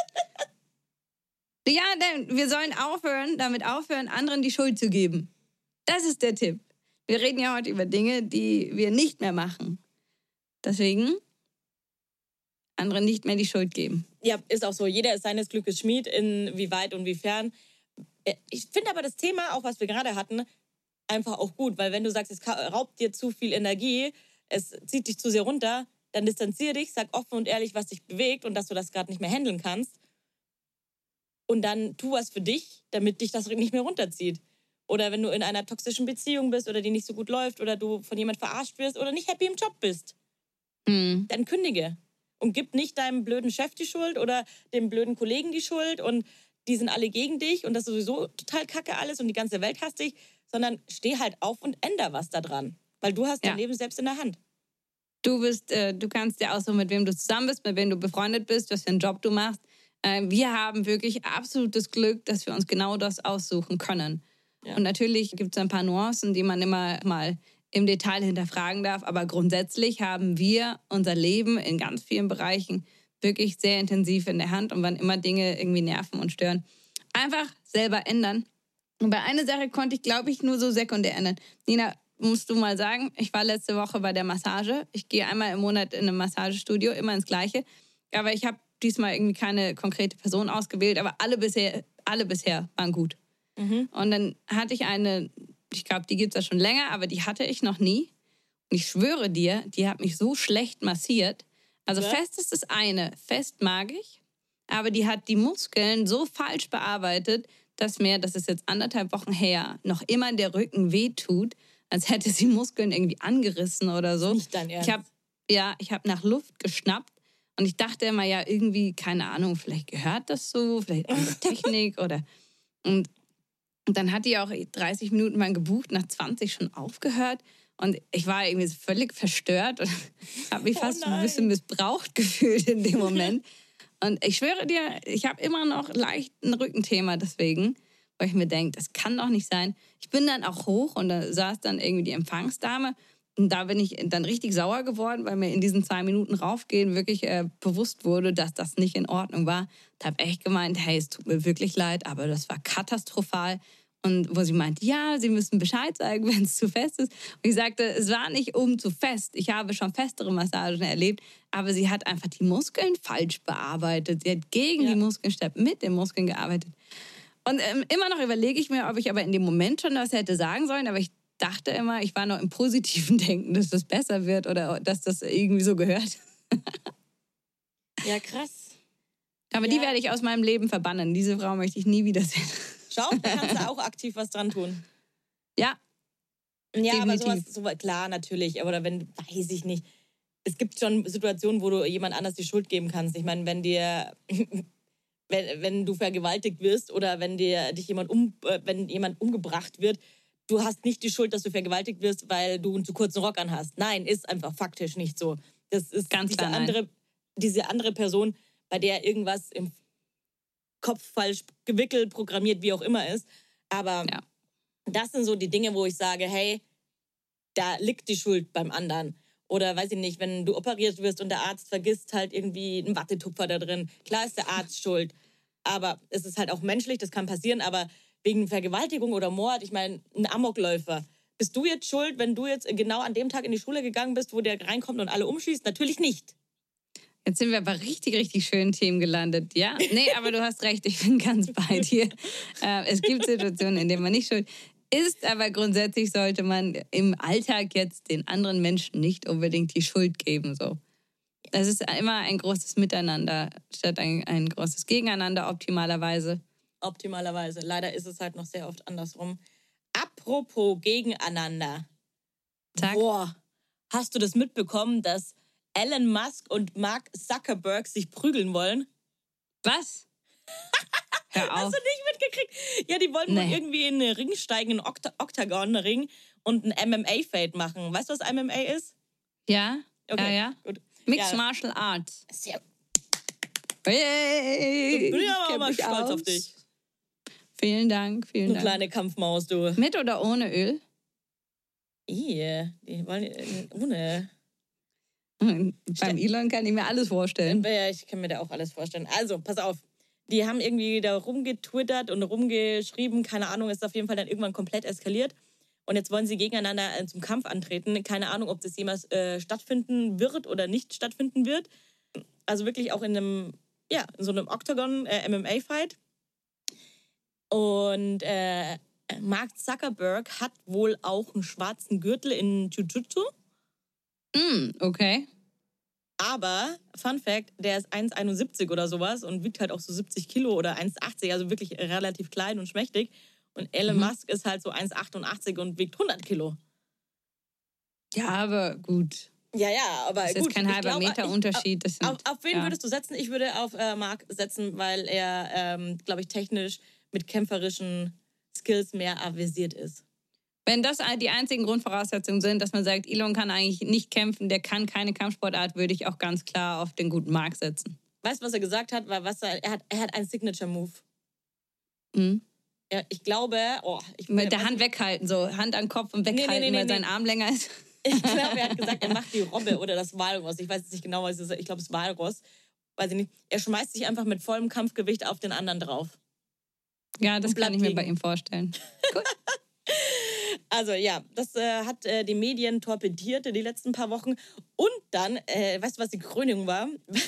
Ja, denn wir sollen damit aufhören, anderen die Schuld zu geben. Das ist der Tipp. Wir reden ja heute über Dinge, die wir nicht mehr machen. Deswegen anderen nicht mehr die Schuld geben. Ja, ist auch so. Jeder ist seines Glückes Schmied, inwieweit und wiefern. Ich finde aber das Thema, auch was wir gerade hatten, einfach auch gut. Weil wenn du sagst, es raubt dir zu viel Energie, es zieht dich zu sehr runter, dann distanziere dich, sag offen und ehrlich, was dich bewegt und dass du das gerade nicht mehr handeln kannst. Und dann tu was für dich, damit dich das nicht mehr runterzieht. Oder wenn du in einer toxischen Beziehung bist oder die nicht so gut läuft oder du von jemand verarscht wirst oder nicht happy im Job bist, dann kündige. Und gib nicht deinem blöden Chef die Schuld oder dem blöden Kollegen die Schuld und die sind alle gegen dich und das ist sowieso total kacke alles und die ganze Welt hasst dich, sondern steh halt auf und änder was da dran. Weil du hast dein Leben selbst in der Hand. Du kannst ja auch so, mit wem du zusammen bist, mit wem du befreundet bist, was für einen Job du machst. Wir haben wirklich absolutes Glück, dass wir uns genau das aussuchen können. Ja. Und natürlich gibt es ein paar Nuancen, die man immer mal im Detail hinterfragen darf. Aber grundsätzlich haben wir unser Leben in ganz vielen Bereichen wirklich sehr intensiv in der Hand. Und wann immer Dinge irgendwie nerven und stören, einfach selber ändern. Und bei einer Sache konnte ich, glaube ich, nur so sekundär ändern. Nina, musst du mal sagen, ich war letzte Woche bei der Massage. Ich gehe einmal im Monat in ein Massagestudio, immer ins Gleiche. Aber ich habe diesmal irgendwie keine konkrete Person ausgewählt. Aber alle bisher waren gut. Und dann hatte ich eine, ich glaube, die gibt es ja schon länger, aber die hatte ich noch nie. Und ich schwöre dir, die hat mich so schlecht massiert. Also fest ist das eine, fest mag ich, aber die hat die Muskeln so falsch bearbeitet, dass mir, das ist jetzt 1,5 Wochen her, noch immer der Rücken wehtut, als hätte sie Muskeln irgendwie angerissen oder so. Nicht dein Ernst? Ich hab nach Luft geschnappt und ich dachte immer, ja, irgendwie, keine Ahnung, vielleicht gehört das so, vielleicht andere Technik oder... Und dann hat die auch 30 Minuten mal gebucht, nach 20 schon aufgehört. Und ich war irgendwie völlig verstört und habe mich fast ein bisschen missbraucht gefühlt in dem Moment. Und ich schwöre dir, ich habe immer noch leicht ein Rückenthema deswegen, weil ich mir denke, das kann doch nicht sein. Ich bin dann auch hoch und da saß dann irgendwie die Empfangsdame. Und da bin ich dann richtig sauer geworden, weil mir in diesen 2 Minuten raufgehen wirklich bewusst wurde, dass das nicht in Ordnung war. Ich habe echt gemeint, hey, es tut mir wirklich leid, aber das war katastrophal. Und wo sie meinte, ja, sie müssen Bescheid sagen, wenn es zu fest ist. Und ich sagte, es war nicht zu fest. Ich habe schon festere Massagen erlebt, aber sie hat einfach die Muskeln falsch bearbeitet. Sie hat gegen die Muskeln statt mit den Muskeln gearbeitet. Und immer noch überlege ich mir, ob ich aber in dem Moment schon was hätte sagen sollen, aber ich dachte immer, ich war noch im positiven Denken, dass das besser wird oder dass das irgendwie so gehört. Ja, krass. Aber die werde ich aus meinem Leben verbannen. Diese Frau möchte ich nie wiedersehen. Schau, da kannst du auch aktiv was dran tun. Ja. Ja, definitiv. aber sowas, klar, natürlich. Aber wenn, weiß ich nicht. Es gibt schon Situationen, wo du jemand anders die Schuld geben kannst. Ich meine, wenn du vergewaltigt wirst oder wenn wenn jemand umgebracht wird, du hast nicht die Schuld, dass du vergewaltigt wirst, weil du einen zu kurzen Rock anhast. Nein, ist einfach faktisch nicht so. Das ist ganz klar diese andere Person, bei der irgendwas im Kopf falsch gewickelt, programmiert, wie auch immer ist. Aber das sind so die Dinge, wo ich sage, hey, da liegt die Schuld beim anderen. Oder weiß ich nicht, wenn du operiert wirst und der Arzt vergisst halt irgendwie einen Wattetupfer da drin. Klar ist der Arzt schuld. Aber es ist halt auch menschlich, das kann passieren. Aber wegen Vergewaltigung oder Mord, ich meine, ein Amokläufer. Bist du jetzt schuld, wenn du jetzt genau an dem Tag in die Schule gegangen bist, wo der reinkommt und alle umschießt? Natürlich nicht. Jetzt sind wir aber richtig, richtig schönen Themen gelandet, ja? Nee, aber du hast recht, ich bin ganz bei dir. Es gibt Situationen, in denen man nicht schuld ist, aber grundsätzlich sollte man im Alltag jetzt den anderen Menschen nicht unbedingt die Schuld geben. So. Das ist immer ein großes Miteinander statt ein großes Gegeneinander, optimalerweise. Optimalerweise. Leider ist es halt noch sehr oft andersrum. Apropos Gegeneinander. Zack. Boah, hast du das mitbekommen, dass Elon Musk und Mark Zuckerberg sich prügeln wollen? Was? Hör auf. Hast du nicht mitgekriegt? Ja, die wollten wohl irgendwie in einen Ring steigen, einen Octagon-Ring und einen MMA-Fight machen. Weißt du, was MMA ist? Ja, okay, ja. Gut. Mixed Martial Arts. Sehr Hey, ich bin ja kenn aber mich stolz aus. auf dich. Vielen Dank, vielen Du Dank. kleine Kampfmaus, du. Mit oder ohne Öl? Die wollen ohne. Beim Elon kann ich mir alles vorstellen. Ja, ich kann mir da auch alles vorstellen. Also, pass auf. Die haben irgendwie da rumgetwittert und rumgeschrieben. Keine Ahnung, ist auf jeden Fall dann irgendwann komplett eskaliert. Und jetzt wollen sie gegeneinander zum Kampf antreten. Keine Ahnung, ob das jemals stattfinden wird oder nicht stattfinden wird. Also wirklich auch in so einem Octagon-MMA-Fight. Und Mark Zuckerberg hat wohl auch einen schwarzen Gürtel in Jiu-Jitsu. Okay. Aber, Fun Fact, der ist 1,71 oder sowas und wiegt halt auch so 70 Kilo oder 1,80, also wirklich relativ klein und schmächtig. Und Elon Musk ist halt so 1,88 und wiegt 100 Kilo. Ja, aber gut. Ja, aber das ist gut. Jetzt kein halber Meter Unterschied. Auf wen würdest du setzen? Ich würde auf Mark setzen, weil er, glaube ich, technisch mit kämpferischen Skills mehr avisiert ist. Wenn das die einzigen Grundvoraussetzungen sind, dass man sagt, Elon kann eigentlich nicht kämpfen, der kann keine Kampfsportart, würde ich auch ganz klar auf den guten Mark setzen. Weißt du, was er gesagt hat? Er hat einen Signature-Move. Ja, ich glaube... mit der Hand weghalten, so Hand an den Kopf und weghalten, weil sein Arm länger ist. Ich glaube, er hat gesagt, er macht die Robbe oder das Walross. Ich weiß jetzt nicht genau, was es ist. Ich glaube, es ist Walross. Weiß ich nicht. Er schmeißt sich einfach mit vollem Kampfgewicht auf den anderen drauf. Ja, das kann ich mir bei ihm vorstellen. Gut. Also ja, das hat die Medien torpediert die letzten paar Wochen. Und dann, weißt du, was die Krönung war?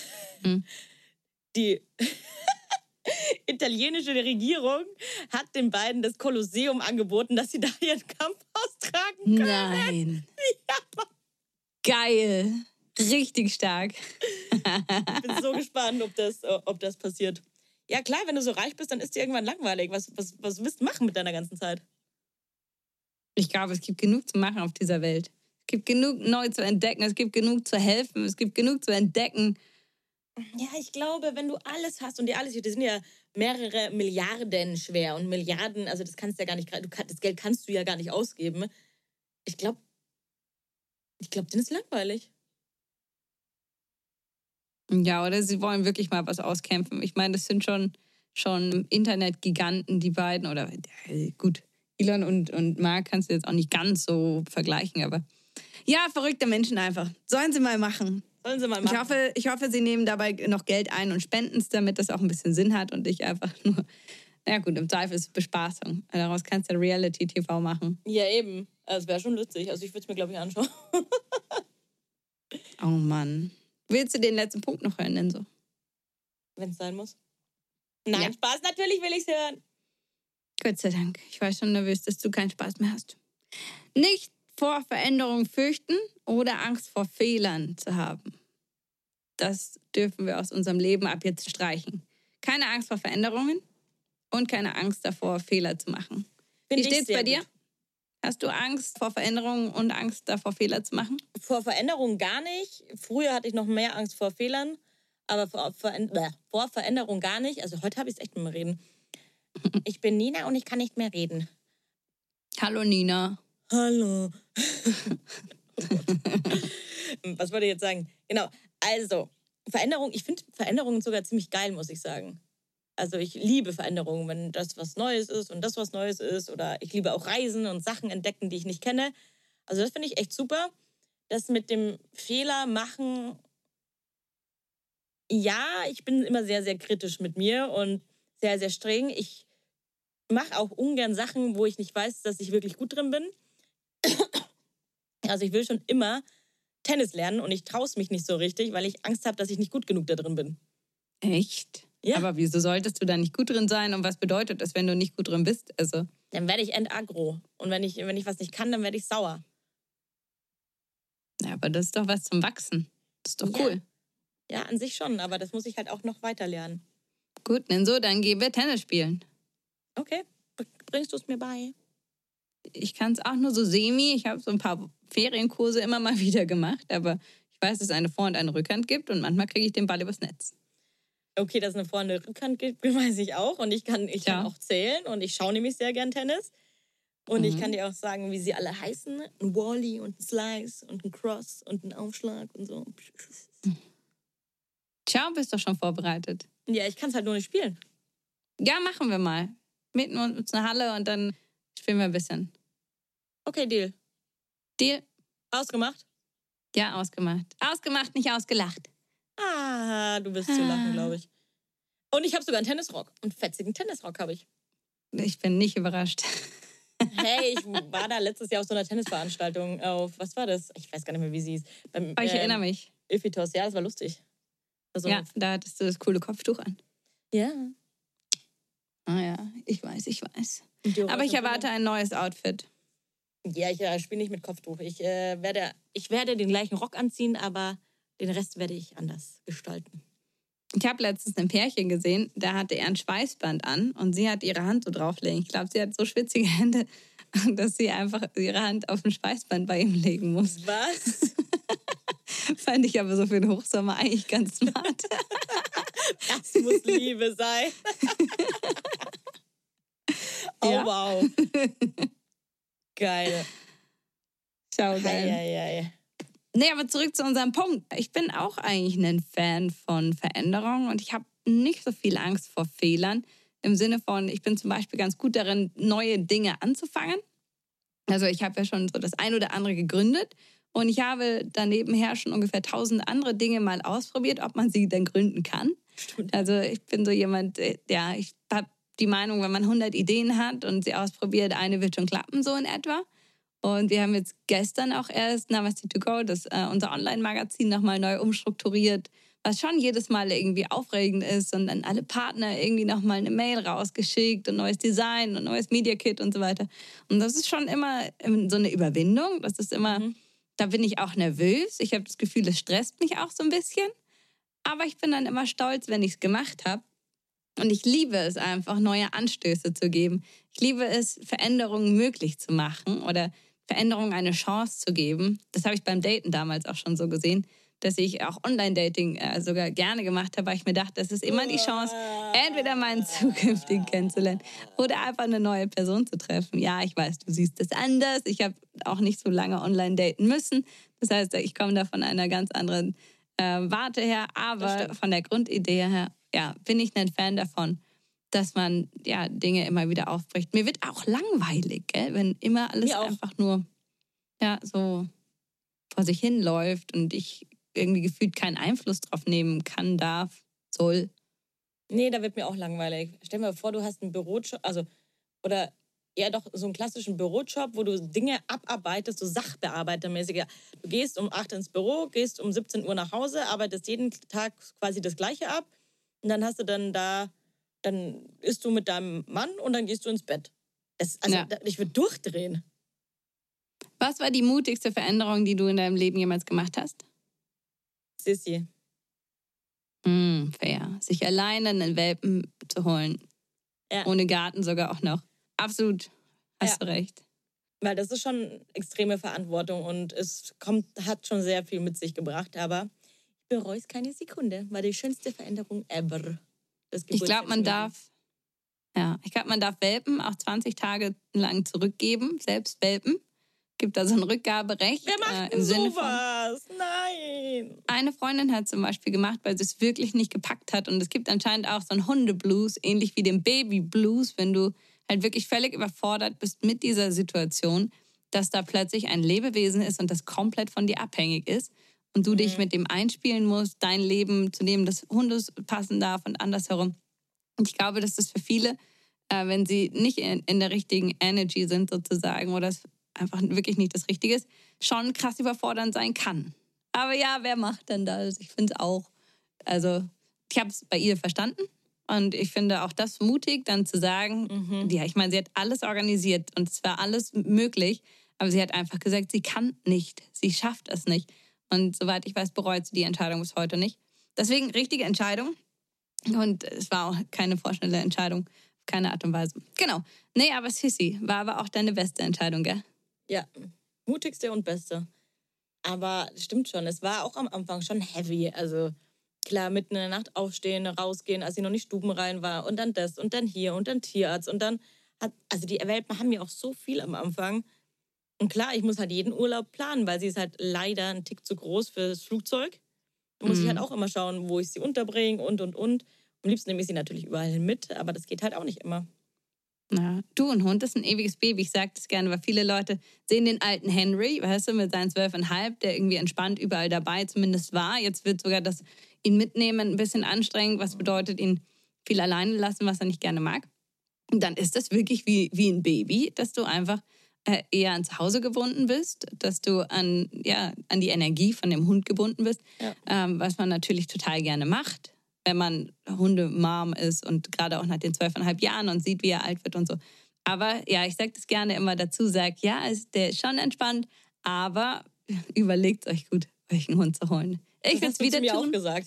Die italienische Regierung hat den beiden das Kolosseum angeboten, dass sie da ihren Kampf austragen können. Nein. Ja. Geil. Richtig stark. Ich bin so gespannt, ob das passiert. Ja klar, wenn du so reich bist, dann ist dir irgendwann langweilig. Was willst du machen mit deiner ganzen Zeit? Ich glaube, es gibt genug zu machen auf dieser Welt. Es gibt genug neu zu entdecken, es gibt genug zu helfen, es gibt genug zu entdecken. Ja, ich glaube, wenn du alles hast und dir alles, die sind ja mehrere Milliarden schwer und Milliarden, also das kannst du ja gar nicht, das Geld kannst du ja gar nicht ausgeben. Ich glaube, denen ist langweilig. Ja, oder sie wollen wirklich mal was auskämpfen. Ich meine, das sind schon Internetgiganten, die beiden. Oder gut, Elon und Mark kannst du jetzt auch nicht ganz so vergleichen, aber ja, verrückte Menschen einfach. Sollen sie mal machen. Ich hoffe, sie nehmen dabei noch Geld ein und spenden es, damit das auch ein bisschen Sinn hat und nicht einfach nur, na gut, im Zweifel ist es Bespaßung. Daraus kannst du Reality-TV machen. Ja, eben. Das wäre schon lustig. Also ich würde es mir, glaube ich, anschauen. Oh Mann. Willst du den letzten Punkt noch hören, denn so? Wenn es sein muss. Nein, ja. Spaß, natürlich will ich es hören. Gott sei Dank. Ich war schon nervös, dass du keinen Spaß mehr hast. Nicht vor Veränderung fürchten oder Angst vor Fehlern zu haben. Das dürfen wir aus unserem Leben ab jetzt streichen. keine Angst vor Veränderungen und keine Angst davor, Fehler zu machen. Wie steht's bei dir? Gut. Hast du Angst vor Veränderungen und Angst davor, Fehler zu machen? Vor Veränderungen gar nicht. Früher hatte ich noch mehr Angst vor Fehlern, aber vor Veränderung gar nicht. Also heute habe ich es echt mit mir reden. Ich bin Nina und ich kann nicht mehr reden. Hallo Nina. Hallo. Was wollte ich jetzt sagen? Genau, also Veränderung, ich finde Veränderungen sogar ziemlich geil, muss ich sagen. Also ich liebe Veränderungen, wenn das was Neues ist und das was Neues ist. Oder ich liebe auch Reisen und Sachen entdecken, die ich nicht kenne. Also das finde ich echt super. Das mit dem Fehler machen, ja, ich bin immer sehr, sehr kritisch mit mir und sehr, sehr streng. Ich mache auch ungern Sachen, wo ich nicht weiß, dass ich wirklich gut drin bin. Also ich will schon immer Tennis lernen und ich traue es mich nicht so richtig, weil ich Angst habe, dass ich nicht gut genug da drin bin. Echt? Ja. Aber wieso solltest du da nicht gut drin sein? Und was bedeutet das, wenn du nicht gut drin bist? Also, Dann werde ich endaggro. Und wenn ich was nicht kann, dann werde ich sauer. ja, aber das ist doch was zum Wachsen. Das ist doch cool. Ja, an sich schon, aber das muss ich halt auch noch weiter lernen. Gut, dann gehen wir Tennis spielen. Okay, bringst du es mir bei? Ich kann es auch nur so semi. Ich habe so ein paar Ferienkurse immer mal wieder gemacht, aber ich weiß, dass es eine Vor- und eine Rückhand gibt und manchmal kriege ich den Ball übers Netz. Okay, dass es eine Vor- und eine Rückhand gibt, weiß ich auch. Und ich kann auch zählen und ich schaue nämlich sehr gern Tennis. Und ich kann dir auch sagen, wie sie alle heißen. Ein Volley und ein Slice und ein Cross und ein Aufschlag und so. Tja, bist doch schon vorbereitet. Ja, ich kann es halt nur nicht spielen. Ja, machen wir mal. Mieten wir uns eine Halle und dann spielen wir ein bisschen. Okay, Deal. Deal? Ausgemacht? Ja, ausgemacht. Ausgemacht, nicht ausgelacht. Ah, du bist zu lachen, glaube ich. Und ich habe sogar einen Tennisrock. Einen fetzigen Tennisrock habe ich. Ich bin nicht überrascht. Hey, ich war da letztes Jahr auf so einer Tennisveranstaltung auf, was war das? Ich weiß gar nicht mehr, wie sie hieß. Ich erinnere mich. Iphitos, ja, das war lustig. Also, Ja, da hattest du das coole Kopftuch an. Ja. Ah ja, ich weiß. Aber ich erwarte ein neues Outfit. Ja, ich spiele nicht mit Kopftuch. Ich werde den gleichen Rock anziehen, aber den Rest werde ich anders gestalten. Ich habe letztens ein Pärchen gesehen, da hatte er ein Schweißband an und sie hat ihre Hand so drauflegen. Ich glaube, sie hat so schwitzige Hände, dass sie einfach ihre Hand auf ein Schweißband bei ihm legen muss. Was? Fand ich aber so für den Hochsommer eigentlich ganz smart. Das muss Liebe sein. Oh, Ja. wow. Geil. Schau, geil. Ei. Nee, aber zurück zu unserem Punkt. Ich bin auch eigentlich ein Fan von Veränderungen und ich habe nicht so viel Angst vor Fehlern. Im Sinne von, ich bin zum Beispiel ganz gut darin, neue Dinge anzufangen. Also ich habe ja schon so das ein oder andere gegründet und ich habe danebenher schon ungefähr 1000 andere Dinge mal ausprobiert, ob man sie denn gründen kann. Stimmt. Also ich bin so jemand, ja, ich habe die Meinung, wenn man 100 Ideen hat und sie ausprobiert, eine wird schon klappen, so in etwa. Und wir haben jetzt gestern auch erst Namaste to Go, unser Online-Magazin nochmal neu umstrukturiert, was schon jedes Mal irgendwie aufregend ist und an alle Partner irgendwie nochmal eine Mail rausgeschickt und neues Design und neues Media Kit und so weiter. Und das ist schon immer so eine Überwindung. Das ist immer, da bin ich auch nervös. Ich habe das Gefühl, es stresst mich auch so ein bisschen. Aber ich bin dann immer stolz, wenn ich es gemacht habe. Und ich liebe es einfach, neue Anstöße zu geben. Ich liebe es, Veränderungen möglich zu machen oder Veränderungen eine Chance zu geben. Das habe ich beim Daten damals auch schon so gesehen, dass ich auch Online-Dating sogar gerne gemacht habe, weil ich mir dachte, das ist immer die Chance, entweder meinen zukünftigen kennenzulernen oder einfach eine neue Person zu treffen. Ja, ich weiß, du siehst das anders. Ich habe auch nicht so lange online daten müssen. Das heißt, ich komme da von einer ganz anderen Warte her. Aber von der Grundidee her, ja, bin ich ein Fan davon, dass man ja Dinge immer wieder aufbricht. Mir wird auch langweilig, gell? Wenn immer alles einfach nur ja, so vor sich hinläuft und ich irgendwie gefühlt keinen Einfluss drauf nehmen kann, darf, soll. Nee, da wird mir auch langweilig. Stell dir mal vor, du hast einen Bürojob, oder eher doch so einen klassischen Bürojob, wo du Dinge abarbeitest, so sachbearbeitermäßig. Du gehst um 8 ins Büro, gehst um 17 Uhr nach Hause, arbeitest jeden Tag quasi das Gleiche ab und dann hast du dann isst du mit deinem Mann und dann gehst du ins Bett. Ich würde durchdrehen. Was war die mutigste Veränderung, die du in deinem Leben jemals gemacht hast? Sissi. Fair. Sich alleine einen Welpen zu holen. Ja. Ohne Garten sogar auch noch. Absolut. Hast du recht. Weil das ist schon extreme Verantwortung und hat schon sehr viel mit sich gebracht, aber ich bereue es keine Sekunde. War die schönste Veränderung ever. Ich glaube, man darf Welpen auch 20 Tage lang zurückgeben, selbst Welpen. Gibt da so ein Rückgaberecht. Wer macht denn im Sinne sowas? Nein. Eine Freundin hat zum Beispiel gemacht, weil sie es wirklich nicht gepackt hat. Und es gibt anscheinend auch so einen Hundeblues, ähnlich wie den Babyblues, wenn du halt wirklich völlig überfordert bist mit dieser Situation, dass da plötzlich ein Lebewesen ist und das komplett von dir abhängig ist und du dich mit dem einspielen musst, dein Leben zu dem des Hundes passen darf und andersherum. Und ich glaube, dass das für viele, wenn sie nicht in der richtigen Energy sind sozusagen oder es einfach wirklich nicht das Richtige ist, schon krass überfordernd sein kann. Aber ja, wer macht denn das? Ich finde es auch. Also, ich habe es bei ihr verstanden. Und ich finde auch das mutig, dann zu sagen, ja, ich meine, sie hat alles organisiert und es war alles möglich, aber sie hat einfach gesagt, sie kann nicht, sie schafft es nicht. Und soweit ich weiß, bereut sie die Entscheidung bis heute nicht. Deswegen richtige Entscheidung. Und es war auch keine vorschnelle Entscheidung, auf keine Art und Weise. Genau. Nee, aber Sissy war aber auch deine beste Entscheidung, gell? Ja, mutigste und beste. Aber stimmt schon, es war auch am Anfang schon heavy. Also klar, mitten in der Nacht aufstehen, rausgehen, als ich noch nicht stubenrein war. Und dann das und dann hier und dann Tierarzt. Und dann also die Welpen haben ja auch so viel am Anfang. Und klar, ich muss halt jeden Urlaub planen, weil sie ist halt leider ein Tick zu groß fürs Flugzeug. Da muss ich halt auch immer schauen, wo ich sie unterbringe und. Am liebsten nehme ich sie natürlich überall hin mit, aber das geht halt auch nicht immer. Ja, du, ein Hund ist ein ewiges Baby. Ich sage das gerne, weil viele Leute sehen den alten Henry, weißt du, mit seinen 12,5, der irgendwie entspannt überall dabei zumindest war. Jetzt wird sogar das ihn mitnehmen ein bisschen anstrengend, was bedeutet, ihn viel alleine lassen, was er nicht gerne mag. Und dann ist das wirklich wie ein Baby, dass du einfach eher ans Hause gebunden bist, dass du an die Energie von dem Hund gebunden bist, was man natürlich total gerne macht, wenn man Hundemom ist und gerade auch nach den 12,5 Jahren und sieht, wie er alt wird und so. Aber ja, ich sage das gerne immer dazu, der ist schon entspannt, aber überlegt euch gut, euch einen Hund zu holen. Ich würde es wieder tun. Das hast du mir auch gesagt.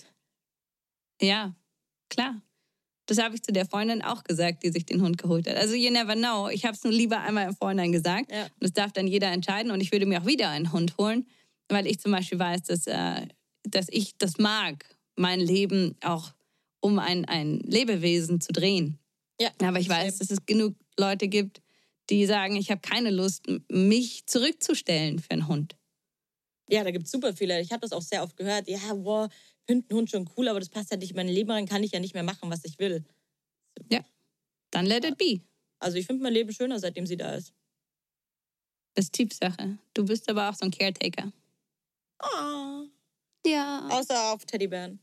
Ja, klar. Das habe ich zu der Freundin auch gesagt, die sich den Hund geholt hat. Also you never know. Ich habe es nur lieber einmal im Vorhinein gesagt. Ja. Und das darf dann jeder entscheiden. Und ich würde mir auch wieder einen Hund holen, weil ich zum Beispiel weiß, dass ich das mag, mein Leben auch um ein Lebewesen zu drehen. Ja, aber ich weiß, dass es genug Leute gibt, die sagen, ich habe keine Lust, mich zurückzustellen für einen Hund. Ja, da gibt es super viele. Ich habe das auch sehr oft gehört. Ja, wow, ich finde einen Hund schon cool, aber das passt ja nicht in mein Leben rein, kann ich ja nicht mehr machen, was ich will. Ja, dann let it be. Also ich finde mein Leben schöner, seitdem sie da ist. Das ist Typsache. Du bist aber auch so ein Caretaker. Oh. Ja. Außer auf Teddybären.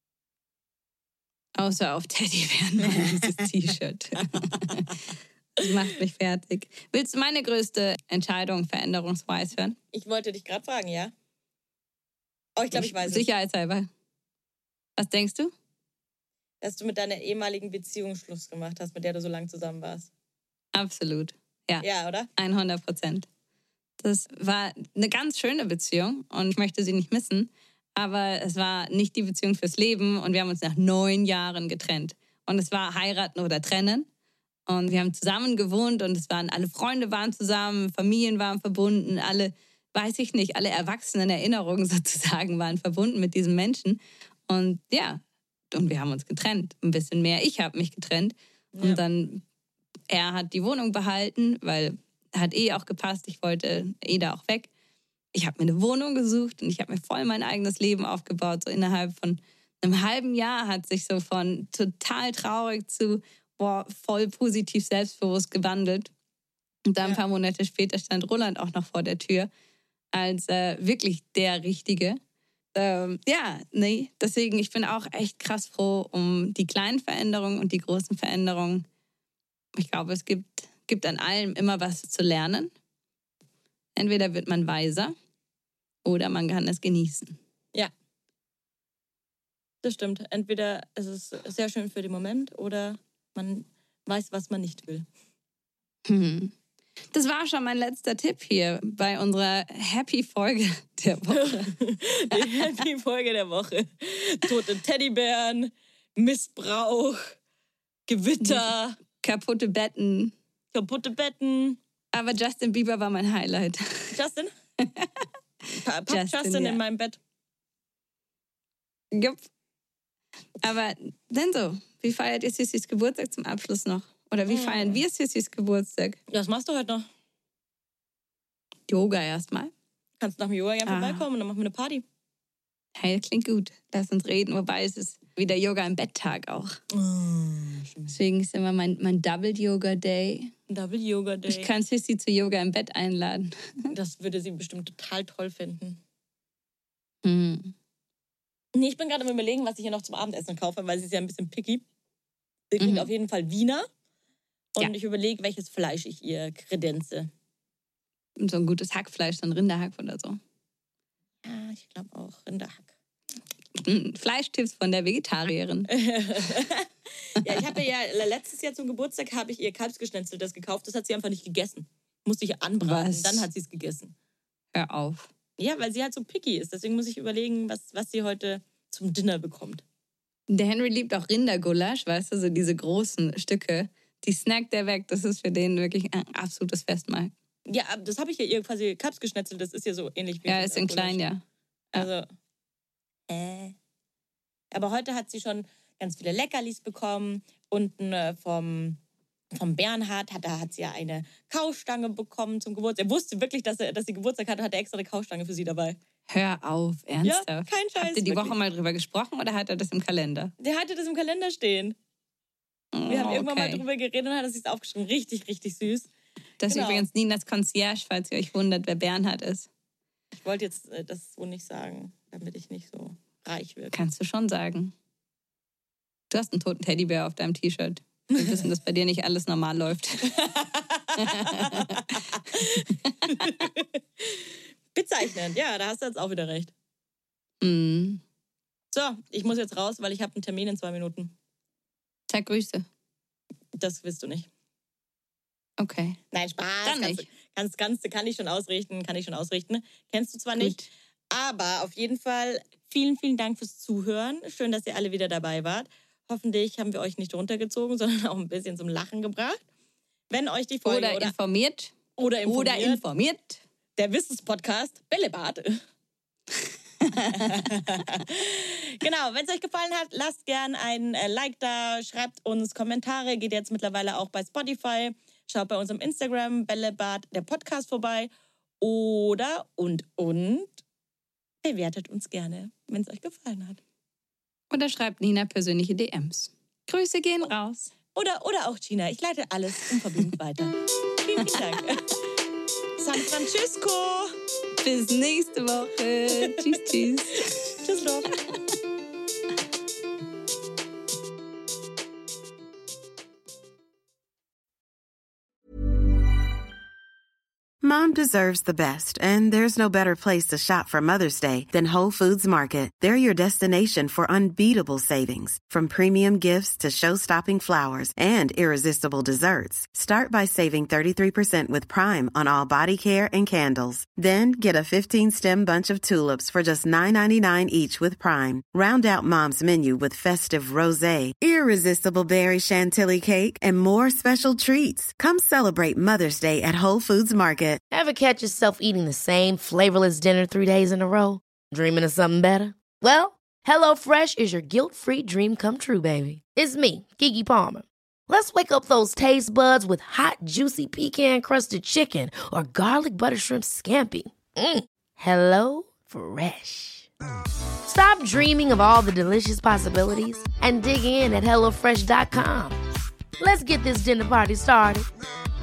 Außer auf Teddybären, dieses T-Shirt. Das macht mich fertig. Willst du meine größte Entscheidung veränderungsweise hören? Ich wollte dich gerade fragen, ja? Oh, ich glaube, ich weiß es. Sicherheitshalber. Was denkst du? Dass du mit deiner ehemaligen Beziehung Schluss gemacht hast, mit der du so lange zusammen warst. Absolut. Ja. Ja, oder? 100%. Das war eine ganz schöne Beziehung und ich möchte sie nicht missen. Aber es war nicht die Beziehung fürs Leben und wir haben uns nach 9 Jahren getrennt. Und es war heiraten oder trennen. Und wir haben zusammen gewohnt und alle Freunde waren zusammen, Familien waren verbunden, alle erwachsenen Erinnerungen sozusagen waren verbunden mit diesem Menschen. Und ja, und wir haben uns getrennt. Ein bisschen mehr. Ich habe mich getrennt. Ja. Und dann, er hat die Wohnung behalten, weil hat auch gepasst. Ich wollte da auch weg. Ich habe mir eine Wohnung gesucht und ich habe mir voll mein eigenes Leben aufgebaut. So innerhalb von einem halben Jahr hat sich so von total traurig zu voll positiv selbstbewusst gewandelt. Und dann ein paar Monate später stand Roland auch noch vor der Tür als wirklich der Richtige. Deswegen, ich bin auch echt krass froh um die kleinen Veränderungen und die großen Veränderungen. Ich glaube, es gibt an allem immer was zu lernen. Entweder wird man weiser oder man kann es genießen. Ja. Das stimmt. Entweder ist es sehr schön für den Moment oder man weiß, was man nicht will. Das war schon mein letzter Tipp hier bei unserer Happy-Folge der Woche. Die Happy-Folge der Woche. Tote Teddybären, Missbrauch, Gewitter, Kaputte Betten. Aber Justin Bieber war mein Highlight. Justin? Pack Justin in meinem Bett. Jupp. Aber denn so, wie feiert ihr Sissis Geburtstag zum Abschluss noch? Oder wie feiern wir Sissis Geburtstag? Ja, was machst du heute noch? Yoga erstmal. Kannst nach dem Yoga gerne vorbeikommen und dann machen wir eine Party. Hey, das klingt gut. Lass uns reden. Wobei es ist wieder Yoga im Betttag auch. Deswegen ist immer mein Double-Yoga-Day. Double-Yoga-Day. Ich kann Sissi zu Yoga im Bett einladen. Das würde sie bestimmt total toll finden. Mhm. Nee, ich bin gerade am Überlegen, was ich hier noch zum Abendessen kaufe, weil sie ist ja ein bisschen picky. Sie kriegt auf jeden Fall Wiener. Und ich überlege, welches Fleisch ich ihr kredenze. So ein gutes Hackfleisch, so ein Rinderhack oder so. Ja, ich glaube auch Rinderhack. Fleischtipps von der Vegetarierin. Ja, ich habe ja letztes Jahr zum Geburtstag habe ich ihr Kalbsgeschnetzeltes gekauft. Das hat sie einfach nicht gegessen. Musste ich anbraten, Was? Dann hat sie es gegessen. Hör auf. Ja, weil sie halt so picky ist. Deswegen muss ich überlegen, was sie heute zum Dinner bekommt. Der Henry liebt auch Rindergulasch, weißt du, so diese großen Stücke. Die snackt er weg. Das ist für den wirklich ein absolutes Festmahl. Ja, das habe ich ja ihr quasi Kalbsgeschnetzelt. Das ist ja so ähnlich wie... Ja, ist in klein, ja. Also, Aber heute hat sie schon ganz viele Leckerlis bekommen. Unten vom Bernhard hat sie ja eine Kaustange bekommen zum Geburtstag. Er wusste wirklich, dass sie Geburtstag hatte, hat er extra eine Kaustange für sie dabei. Hör auf, ernsthaft? Ja, kein Scheiß. Habt ihr die wirklich. Woche mal drüber gesprochen oder hat er das im Kalender? Der hatte das im Kalender stehen. Wir haben irgendwann mal drüber geredet und hat es sich aufgeschrieben. Richtig, richtig süß. Das ist übrigens Ninas Concierge, falls ihr euch wundert, wer Bernhard ist. Ich wollte jetzt das wohl nicht sagen, damit ich nicht so reich wirke. Kannst du schon sagen. Du hast einen toten Teddybär auf deinem T-Shirt. Wir wissen, dass bei dir nicht alles normal läuft. Bezeichnend, ja, da hast du jetzt auch wieder recht. Mm. So, ich muss jetzt raus, weil ich habe einen Termin in 2 Minuten. Sag Grüße. Das willst du nicht. Okay. Nein, Spaß. Dann nicht. Kann ich schon ausrichten. Kennst du zwar nicht, Gut. aber auf jeden Fall vielen, vielen Dank fürs Zuhören. Schön, dass ihr alle wieder dabei wart. Hoffentlich haben wir euch nicht runtergezogen, sondern auch ein bisschen zum Lachen gebracht. Wenn euch die Folge Oder informiert. Der Wissenspodcast Bällebad. Genau, wenn es euch gefallen hat, lasst gern ein Like da, schreibt uns Kommentare, geht jetzt mittlerweile auch bei Spotify, schaut bei unserem Instagram Bällebad der Podcast vorbei oder bewertet uns gerne, wenn es euch gefallen hat. Oder schreibt Nina persönliche DMs. Grüße gehen raus. Oder auch Gina, ich leite alles unverblümt weiter. Vielen Dank. San Francisco. Bis nächste Woche. Tschüss, tschüss. Tschüss, Love. Mom deserves the best, and there's no better place to shop for Mother's Day than Whole Foods Market. They're your destination for unbeatable savings, from premium gifts to show-stopping flowers and irresistible desserts. Start by saving 33% with Prime on all body care and candles. Then get a 15-stem bunch of tulips for just $9.99 each with Prime. Round out Mom's menu with festive rosé, irresistible berry chantilly cake, and more special treats. Come celebrate Mother's Day at Whole Foods Market. Ever catch yourself eating the same flavorless dinner 3 days in a row? Dreaming of something better? Well, HelloFresh is your guilt-free dream come true, baby. It's me, Keke Palmer. Let's wake up those taste buds with hot, juicy pecan-crusted chicken or garlic butter shrimp scampi. Hello Fresh. Stop dreaming of all the delicious possibilities and dig in at HelloFresh.com. Let's get this dinner party started.